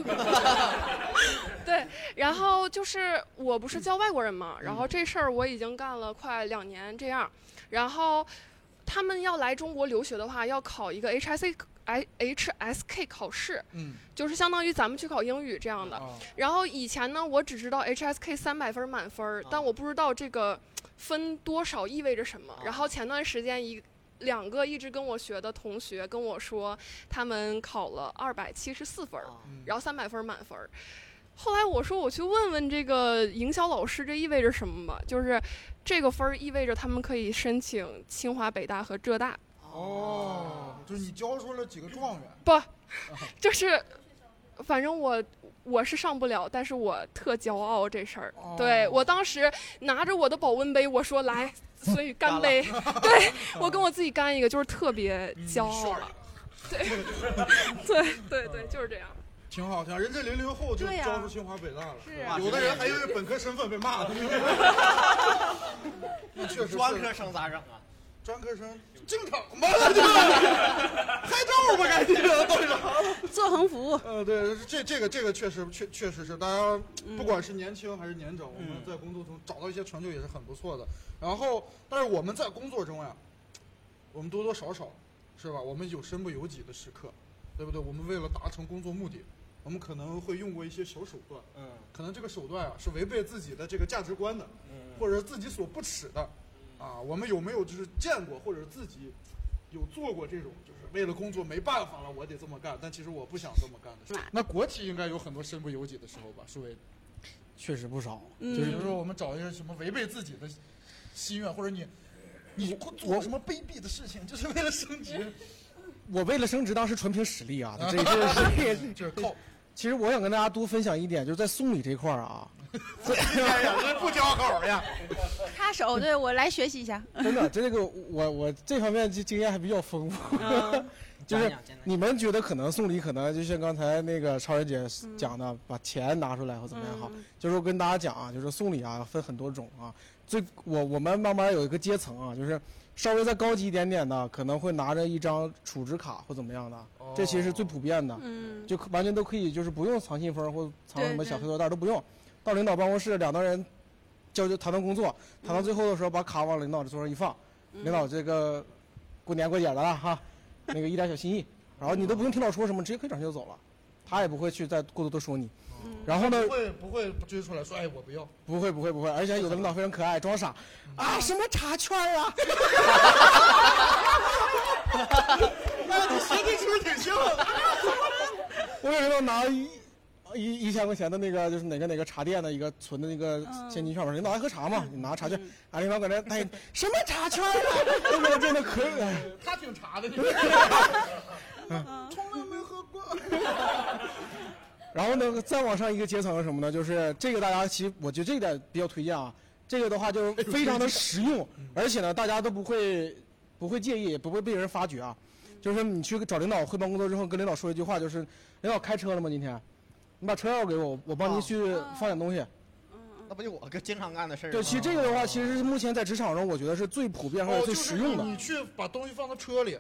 对，然后就是我不是教外国人嘛，然后这事儿我已经干了快两年这样，然后他们要来中国留学的话，要考一个 H S A。H S K 考试， 嗯， 就是相当于咱们去考英语这样的。 哦、 然后以前呢，我只知道 H S K 三百分满分，哦、但我不知道这个分多少意味着什么。哦、然后前段时间一两个一直跟我学的同学跟我说，他们考了二百七十四分，哦、然后三百分满分。后来我说我去问问这个营销老师，这意味着什么吧？就是这个分意味着他们可以申请清华、北大和浙大。 哦，就是你教出了几个状元？ 不，就是，反正我我是上不了，但是我特骄傲这事儿。哦、对我当时拿着我的保温杯，我说来，孙宇干杯。对我跟我自己干一个，就是特别骄傲了。嗯、对，对对对，就是这样。 挺好，挺好。人这零零后就教出清华北大了， 是啊， 有的人还因为本科身份被骂了。那确实。 专科生咋整啊？ 专科生正常嘛，拍照吧，赶紧到场做横幅。 呃，对，这这个这个确实确确实是，大家不管是年轻还是年长，嗯、我们在工作中找到一些成就也是很不错的。然后，但是我们在工作中呀，我们多多少少是吧？我们有身不由己的时刻，对不对？我们为了达成工作目的，我们可能会用过一些小手段，嗯，可能这个手段啊是违背自己的这个价值观的，嗯，或者自己所不耻的。啊，我们有没有就是见过或者自己有做过这种，就是为了工作没办法了，我得这么干，但其实我不想这么干的事？那国企应该有很多身不由己的时候吧？舒伟， 确实不少。 嗯、就是比如说我们找一个什么违背自己的心愿，或者你你做什么卑鄙的事情，就是为了升职。 我为了升职，当时纯凭实力啊，这这是这是靠。 其实我想跟大家多分享一点，就是在送礼这块儿啊。 哎呀，这不交口呀！ 插手，对我来学习一下。 真的，这个我我这方面经验还比较丰富。嗯、就是你们觉得可能送礼，可能就像刚才那个超人姐讲的，嗯、把钱拿出来或怎么样好。嗯、就是我跟大家讲啊，就是送礼啊分很多种啊。最我我们慢慢有一个阶层啊，就是稍微再高级一点点的，可能会拿着一张储值卡或怎么样的，哦、这其实是最普遍的。嗯，就完全都可以，就是不用藏信封或藏什么小黑豆袋都不用。到领导办公室，两个人交就谈谈工作，谈到最后的时候，把卡往领导的桌上一放，嗯、领导这个过年过节的了哈，那个一点小心意，然后你都不用听导说什么，直接可以转身就走了，他也不会去再过多的说你。嗯、然后呢？ 不会不会追出来说，哎，我不要。 不会不会不会，而且有的领导非常可爱，装傻，啊，什么茶圈啊？ 那你学的出挺像。 我有领导拿一。一一千块钱的那个就是哪个哪个茶店的一个存的那个现金券嘛，领导爱喝茶嘛，你拿茶券，啊，领导搁那哎什么茶券啊？那个真的可以， 他挺茶的，你从来没喝过。 然后呢，再往上一个阶层是什么呢？就是这个大家其实我觉得这一点比较推荐啊，这个的话就非常的实用，而且呢大家都不会不会介意，也不会被人发觉啊。就是你去找领导汇报工作之后，跟领导说一句话，就是领导开车了吗？今天？你把车钥匙给我，我帮您去放点东西。 嗯，那不就我经常干的事儿吗？ 对，其实这个的话，其实是目前在职场中，我觉得是最普遍或者最实用的。 哦就是、你去把东西放到车里，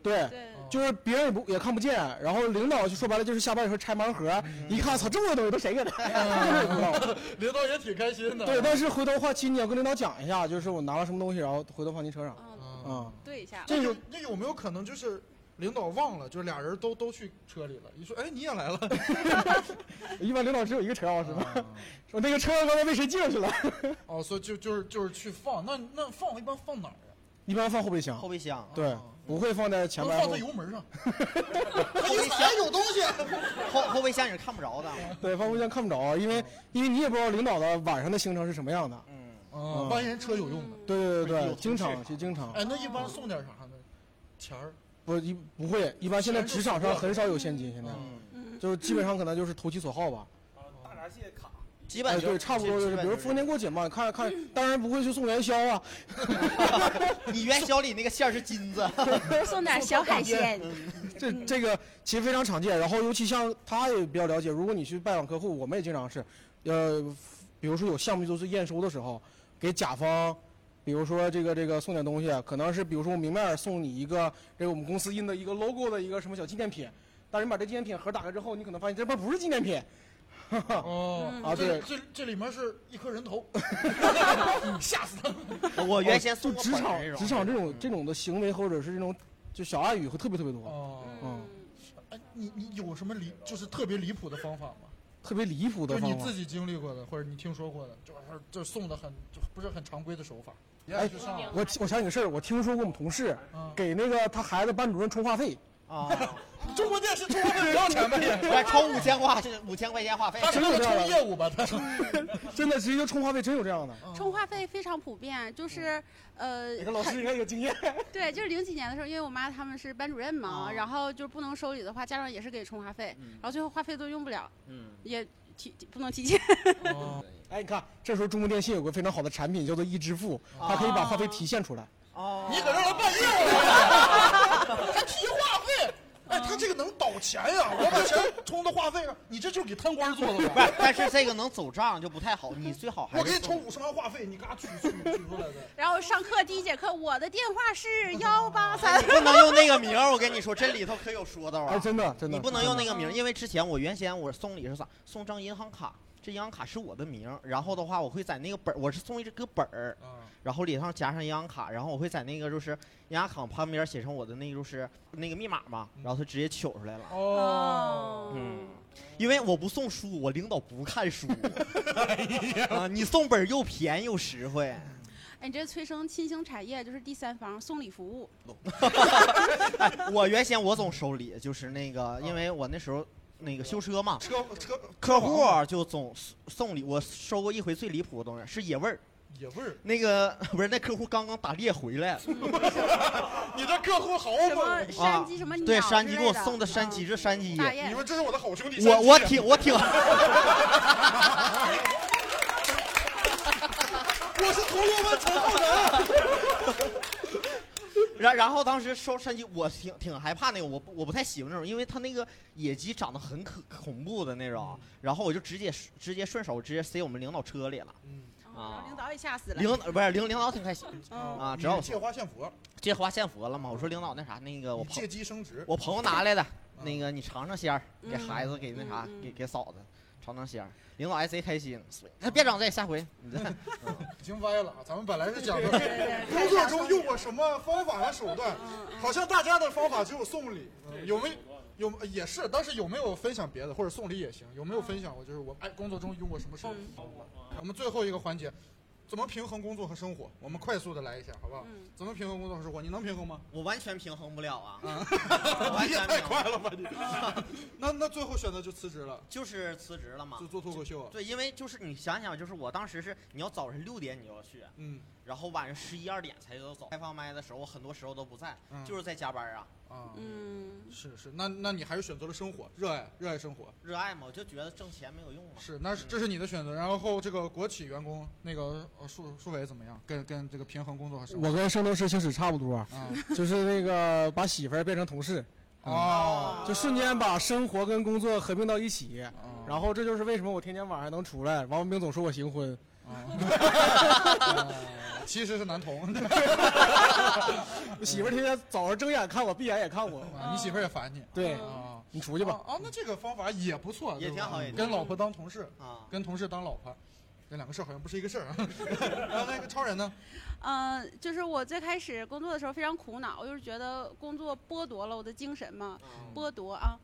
对，就是别人也不也看不见，然后领导就说白了就是下班以后拆盲盒，一看操这么多东西都谁给的？ 领导也挺开心的。 对，但是回头话期你要跟领导讲一下，就是我拿了什么东西，然后回头放您车上。 嗯， 对一下。 这有那有没有可能就是领导忘了，就是俩人都都去车里了？你说，哎，你也来了？ 一般领导只有一个车钥匙嘛，说那个车刚才被谁进去了？ 哦，所以就就是就是去放，那那放一般放哪儿啊？ 一般放后备箱。 后备箱。 对，不会放在前面。 放在油门上。 后备箱有东西。后后备箱你是看不着的。 对，后备箱看不着，因为因为你也不知道领导的晚上的行程是什么样的。 嗯。 嗯，万一人车有用的。 对对对对，经常是经常。 哎，那一般送点啥呢？钱儿。 不一不会，一般现在职场上很少有现金，现在，就是基本上可能就是投其所好吧。 大闸蟹卡，基本对，差不多就是，比如逢年过节嘛，看看，当然不会去送元宵啊。 你元宵里那个馅儿是金子， 送点小海鲜。 这这个其实非常常见，然后尤其像他也比较了解，如果你去拜访客户，我们也经常是，呃，比如说有项目就是验收的时候，给甲方。比如说这个这个送点东西，可能是比如说我明面送你一个这个我们公司印的一个 logo 的一个什么小纪念品，但是你把这纪念品盒打开之后，你可能发现这边不是纪念品。 哦， 啊对， 这这里面是一颗人头，吓死他！我原先送就职场职场这种这种的行为或者是这种就小暗语会特别特别多。 哦， 嗯， 哎，你你有什么离就是特别离谱的方法吗？ 特别离谱的方法， 就你自己经历过的或者你听说过的，就是就送的很就不是很常规的手法。 哎，我我想起个事儿，我听说过我们同事给那个他孩子班主任充话费啊， 中国电视充话费不要钱呗， 充五千话五千块钱话费， 他是为了充业务吧？他真的直接就充话费，真有这样的。 充话费非常普遍，就是呃， 你看老师应该有经验。 对，就是零几年的时候，因为我妈他们是班主任嘛，然后就不能收礼的话，家长也是给充话费，然后最后话费都用不了，嗯，也提不能提前。 哎，你看，这时候中国电信有个非常好的产品叫做易支付，它可以把话费提现出来。 哦， 你搁这来办业务，还提话费？哎，他这个能倒钱呀！我把钱充到话费上，你这就是给贪官做的吧？但是这个能走账就不太好，你最好还是我给你充五十万话费，你嘎取取取出来的。 然后上课第一节课，我的电话是幺八三。 你不能用那个名儿，我跟你说，这里头可有说道啊！ 哎，真的真的， 你不能用那个名儿，因为之前我原先我送礼是啥？送张银行卡。这银行卡是我的名，然后的话，我会在那个本儿，我是送一个本儿，然后里头加上银行卡，然后我会在那个就是银行卡旁边写上我的那个就是那个密码嘛，然后他直接取出来了。 哦， 嗯，因为我不送书，我领导不看书。啊，你送本又便宜又实惠。 哎，你这催生新兴产业就是第三方送礼服务。 哎，我原先我总收礼，就是那个，因为我那时候。那个修车嘛， 车车客户就总送礼，我收过一回最离谱的东西是野味儿。 野味儿？ 那个不是那客户刚刚打猎回来。 你这客户好猛！山鸡什么鸟？ 对，山鸡给我送的山鸡，这山鸡。 你说这是我的好兄弟。 我我挺我挺。 我是铜锣湾陈浩南。 然然后当时收山鸡，我挺挺害怕那个，我不我不太喜欢那种，因为它那个野鸡长得很可恐怖的那种，然后我就直接直接顺手直接塞我们领导车里了。 嗯啊，领导也吓死了。 领不是领领导挺开心啊，只要借花献佛， 借花献佛了嘛。我说领导那啥那个我借机升职， 我朋友拿来的那个你尝尝鲜儿，给孩子给那啥给给嫂子尝尝鲜儿。领导还贼开心，那别整这，下回你这已经歪了。咱们本来是讲的工作中用过什么方法和手段，好像大家的方法只有送礼，有没有也是，但是有没有分享别的，或者送礼也行，有没有分享过就是我哎工作中用过什么手段？我们最后一个环节。怎么平衡工作和生活？我们快速的来一下，好不好？嗯、怎么平衡工作和生活？你能平衡吗？ 我完全平衡不了啊！ 你也太快了吧你！那那最后选择就辞职了？ 就是辞职了嘛？ 就做脱口秀啊？ 对，因为就是你想想，就是我当时是你要早晨六点你就要去，嗯，然后晚上十一二点才要走。开放麦的时候，我很多时候都不在，嗯、就是在加班啊。 啊，嗯，是是，那那你还是选择了生活，热爱热爱生活， 热爱嘛，我就觉得挣钱没有用嘛。 是，那这是你的选择。然后这个国企员工，那个舒舒伟怎么样？跟跟这个平衡工作和生活？ 我跟圣斗士星矢差不多，嗯、就是那个把媳妇儿变成同事，哦、嗯，就瞬间把生活跟工作合并到一起，嗯、然后这就是为什么我天天晚上能出来，王文斌总说我行婚。 啊其实是男同。 媳妇儿天天早上睁眼看我，闭眼也看我。 你媳妇儿也烦你？ 对啊， 你出去吧。 啊，那这个方法也不错， 也挺好，也跟老婆当同事啊， 跟同事当老婆。这两个事儿好像不是一个事儿啊。然后那个超人呢？ 嗯、呃，就是我最开始工作的时候非常苦恼，就是觉得工作剥夺了我的精神嘛，嗯、剥夺啊。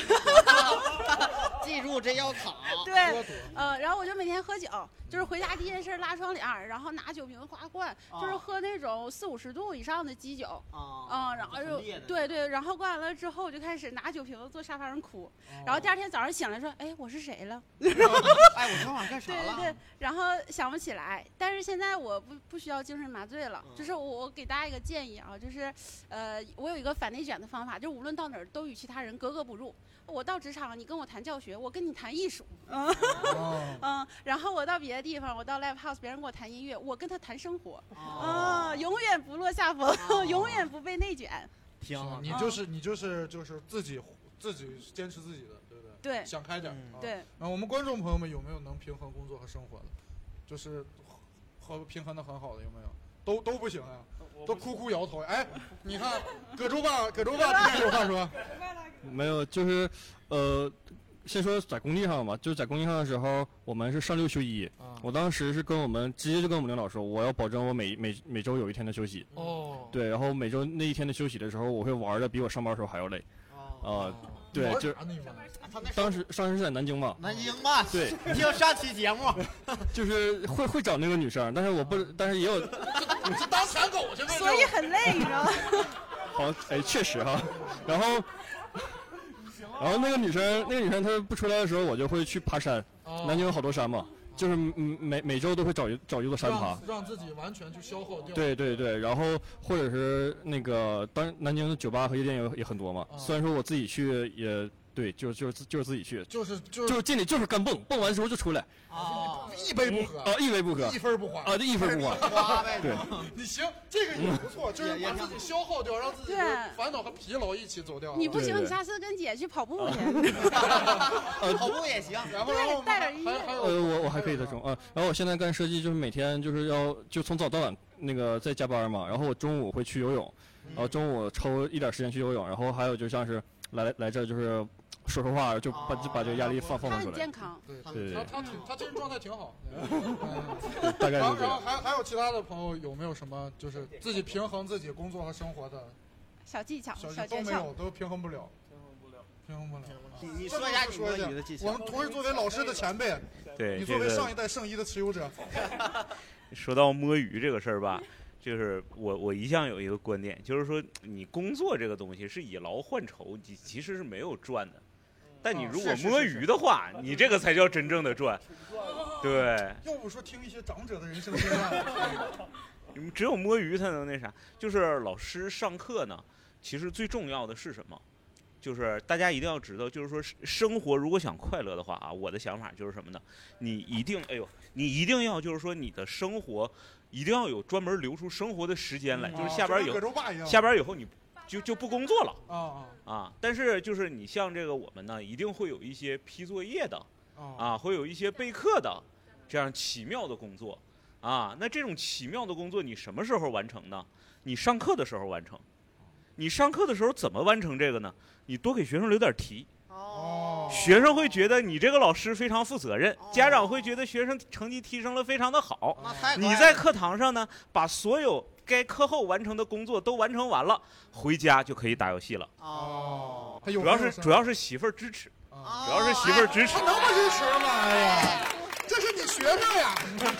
记住这要考。 对，呃，然后我就每天喝酒，就是回家第一件事拉窗帘，然后拿酒瓶花灌， 啊、 就是喝那种四五十度以上的基酒。 啊。 嗯，然后就对对，然后灌完了之后，我就开始拿酒瓶子坐沙发上哭， 哦、 然后第二天早上醒来说，哎，我是谁了？ 哎，我昨晚干啥了？ 对对对，然后想不起来，但是现在我不不需要精神麻醉了，嗯、就是我我给大家一个建议啊，就是，呃，我有一个反内卷的方法，就无论到哪儿都与其他人格格不入。我到职场，你跟我谈教学，我跟你谈艺术，嗯，哦、嗯，然后我到别的地方，我到 live house， 别人跟我谈音乐，我跟他谈生活，哦、嗯，永远不落下风，哦、永远不被内卷。 挺好， 你就是你就是就是自己自己坚持自己的，对不对？ 对， 想开点。 嗯、对。 那我们观众朋友们有没有能平衡工作和生活的？就是和平衡的很好的有没有？都都不行啊，都哭哭摇头。哎，你看葛洲爸，葛洲爸有话说。 没有，就是，呃，先说在工地上嘛，就是在工地上的时候，我们是上六休一。啊、我当时是跟我们直接就跟我们领导说，我要保证我每每每周有一天的休息。 哦。 对，然后每周那一天的休息的时候，我会玩的比我上班的时候还要累。哦。呃，对，就当时上时是在南京嘛。 南京嘛。 对。 听上期节目。 就是会会找那个女生，但是我不，但是也有。 你是当舔狗去呗？ 所以很累，你知道吗？ 好，哎，确实哈，然后。然后那个女生，那个女生她不出来的时候，我就会去爬山。哦、南京有好多山嘛，就是每每周都会找一找一座山爬让，让自己完全去消耗掉。 对对对，然后或者是那个，当南京的酒吧和夜店也也很多嘛。哦、虽然说我自己去也对，就就是就是自己去， 就是就是就是进去就是干蹦，蹦完之后就出来。 啊，一杯不喝啊，一杯不喝， 一分不花啊，就一分不花。对， 你行，这个也不错，就是把自己消耗掉，让自己的烦恼和疲劳一起走掉。 你不行，你下次跟姐去跑步去。 跑步也行， 然后然后带点音乐。 呃，我我还可以再说啊。然后我现在干设计，就是每天就是要就从早到晚那个在加班嘛，然后我中午会去游泳，然后中午抽一点时间去游泳，然后还有就像是来来这就是。说说话就把就把这个压力放放出来。 他很健康， 对对他他挺他精神状态挺好。 大概是这样。 然后还还有其他的朋友有没有什么就是自己平衡自己工作和生活的小技巧？ 小技巧都没有，都平衡不了。 平衡不了， 平衡不了。 你你说一下你摸鱼的技巧。 我们同时作为老师的前辈， 对， 你作为上一代圣衣的持有者。 说到摸鱼这个事儿吧。就是我，我一向有一个观点，就是说，你工作这个东西是以劳换酬，你其实是没有赚的。但你如果摸鱼的话，你这个才叫真正的赚。对。 要不说听一些长者的人生经验， 你们只有摸鱼才能那啥。就是老师上课呢，其实最重要的是什么？就是大家一定要知道，就是说生活如果想快乐的话啊，我的想法就是什么呢？你一定，哎呦，你一定要就是说你的生活。一定要有专门留出生活的时间来，嗯、就是下班以后， 就下班以后你就就不工作了啊啊啊！但是就是你像这个我们呢，一定会有一些批作业的啊，会有一些备课的，这样奇妙的工作啊。那这种奇妙的工作，你什么时候完成呢？你上课的时候完成。你上课的时候怎么完成这个呢？你多给学生留点题。 哦， 学生会觉得你这个老师非常负责任，家长会觉得学生成绩提升了非常的好。你在课堂上呢，把所有该课后完成的工作都完成完了，回家就可以打游戏了。 哦， 主要是主要是媳妇儿支持，主要是媳妇儿支持。 他能不支持吗？哎呀，这是你学生呀。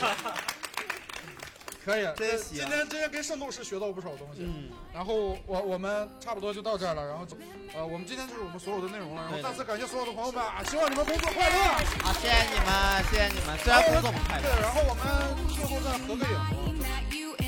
可以，今天今天跟圣斗士学到不少东西，嗯，然后我我们差不多就到这儿了，然后呃，我们今天就是我们所有的内容了，然后再次感谢所有的朋友们，希望你们工作快乐。 好，谢谢你们，谢谢你们，虽然工作不快乐， 对，然后我们最后再合个影。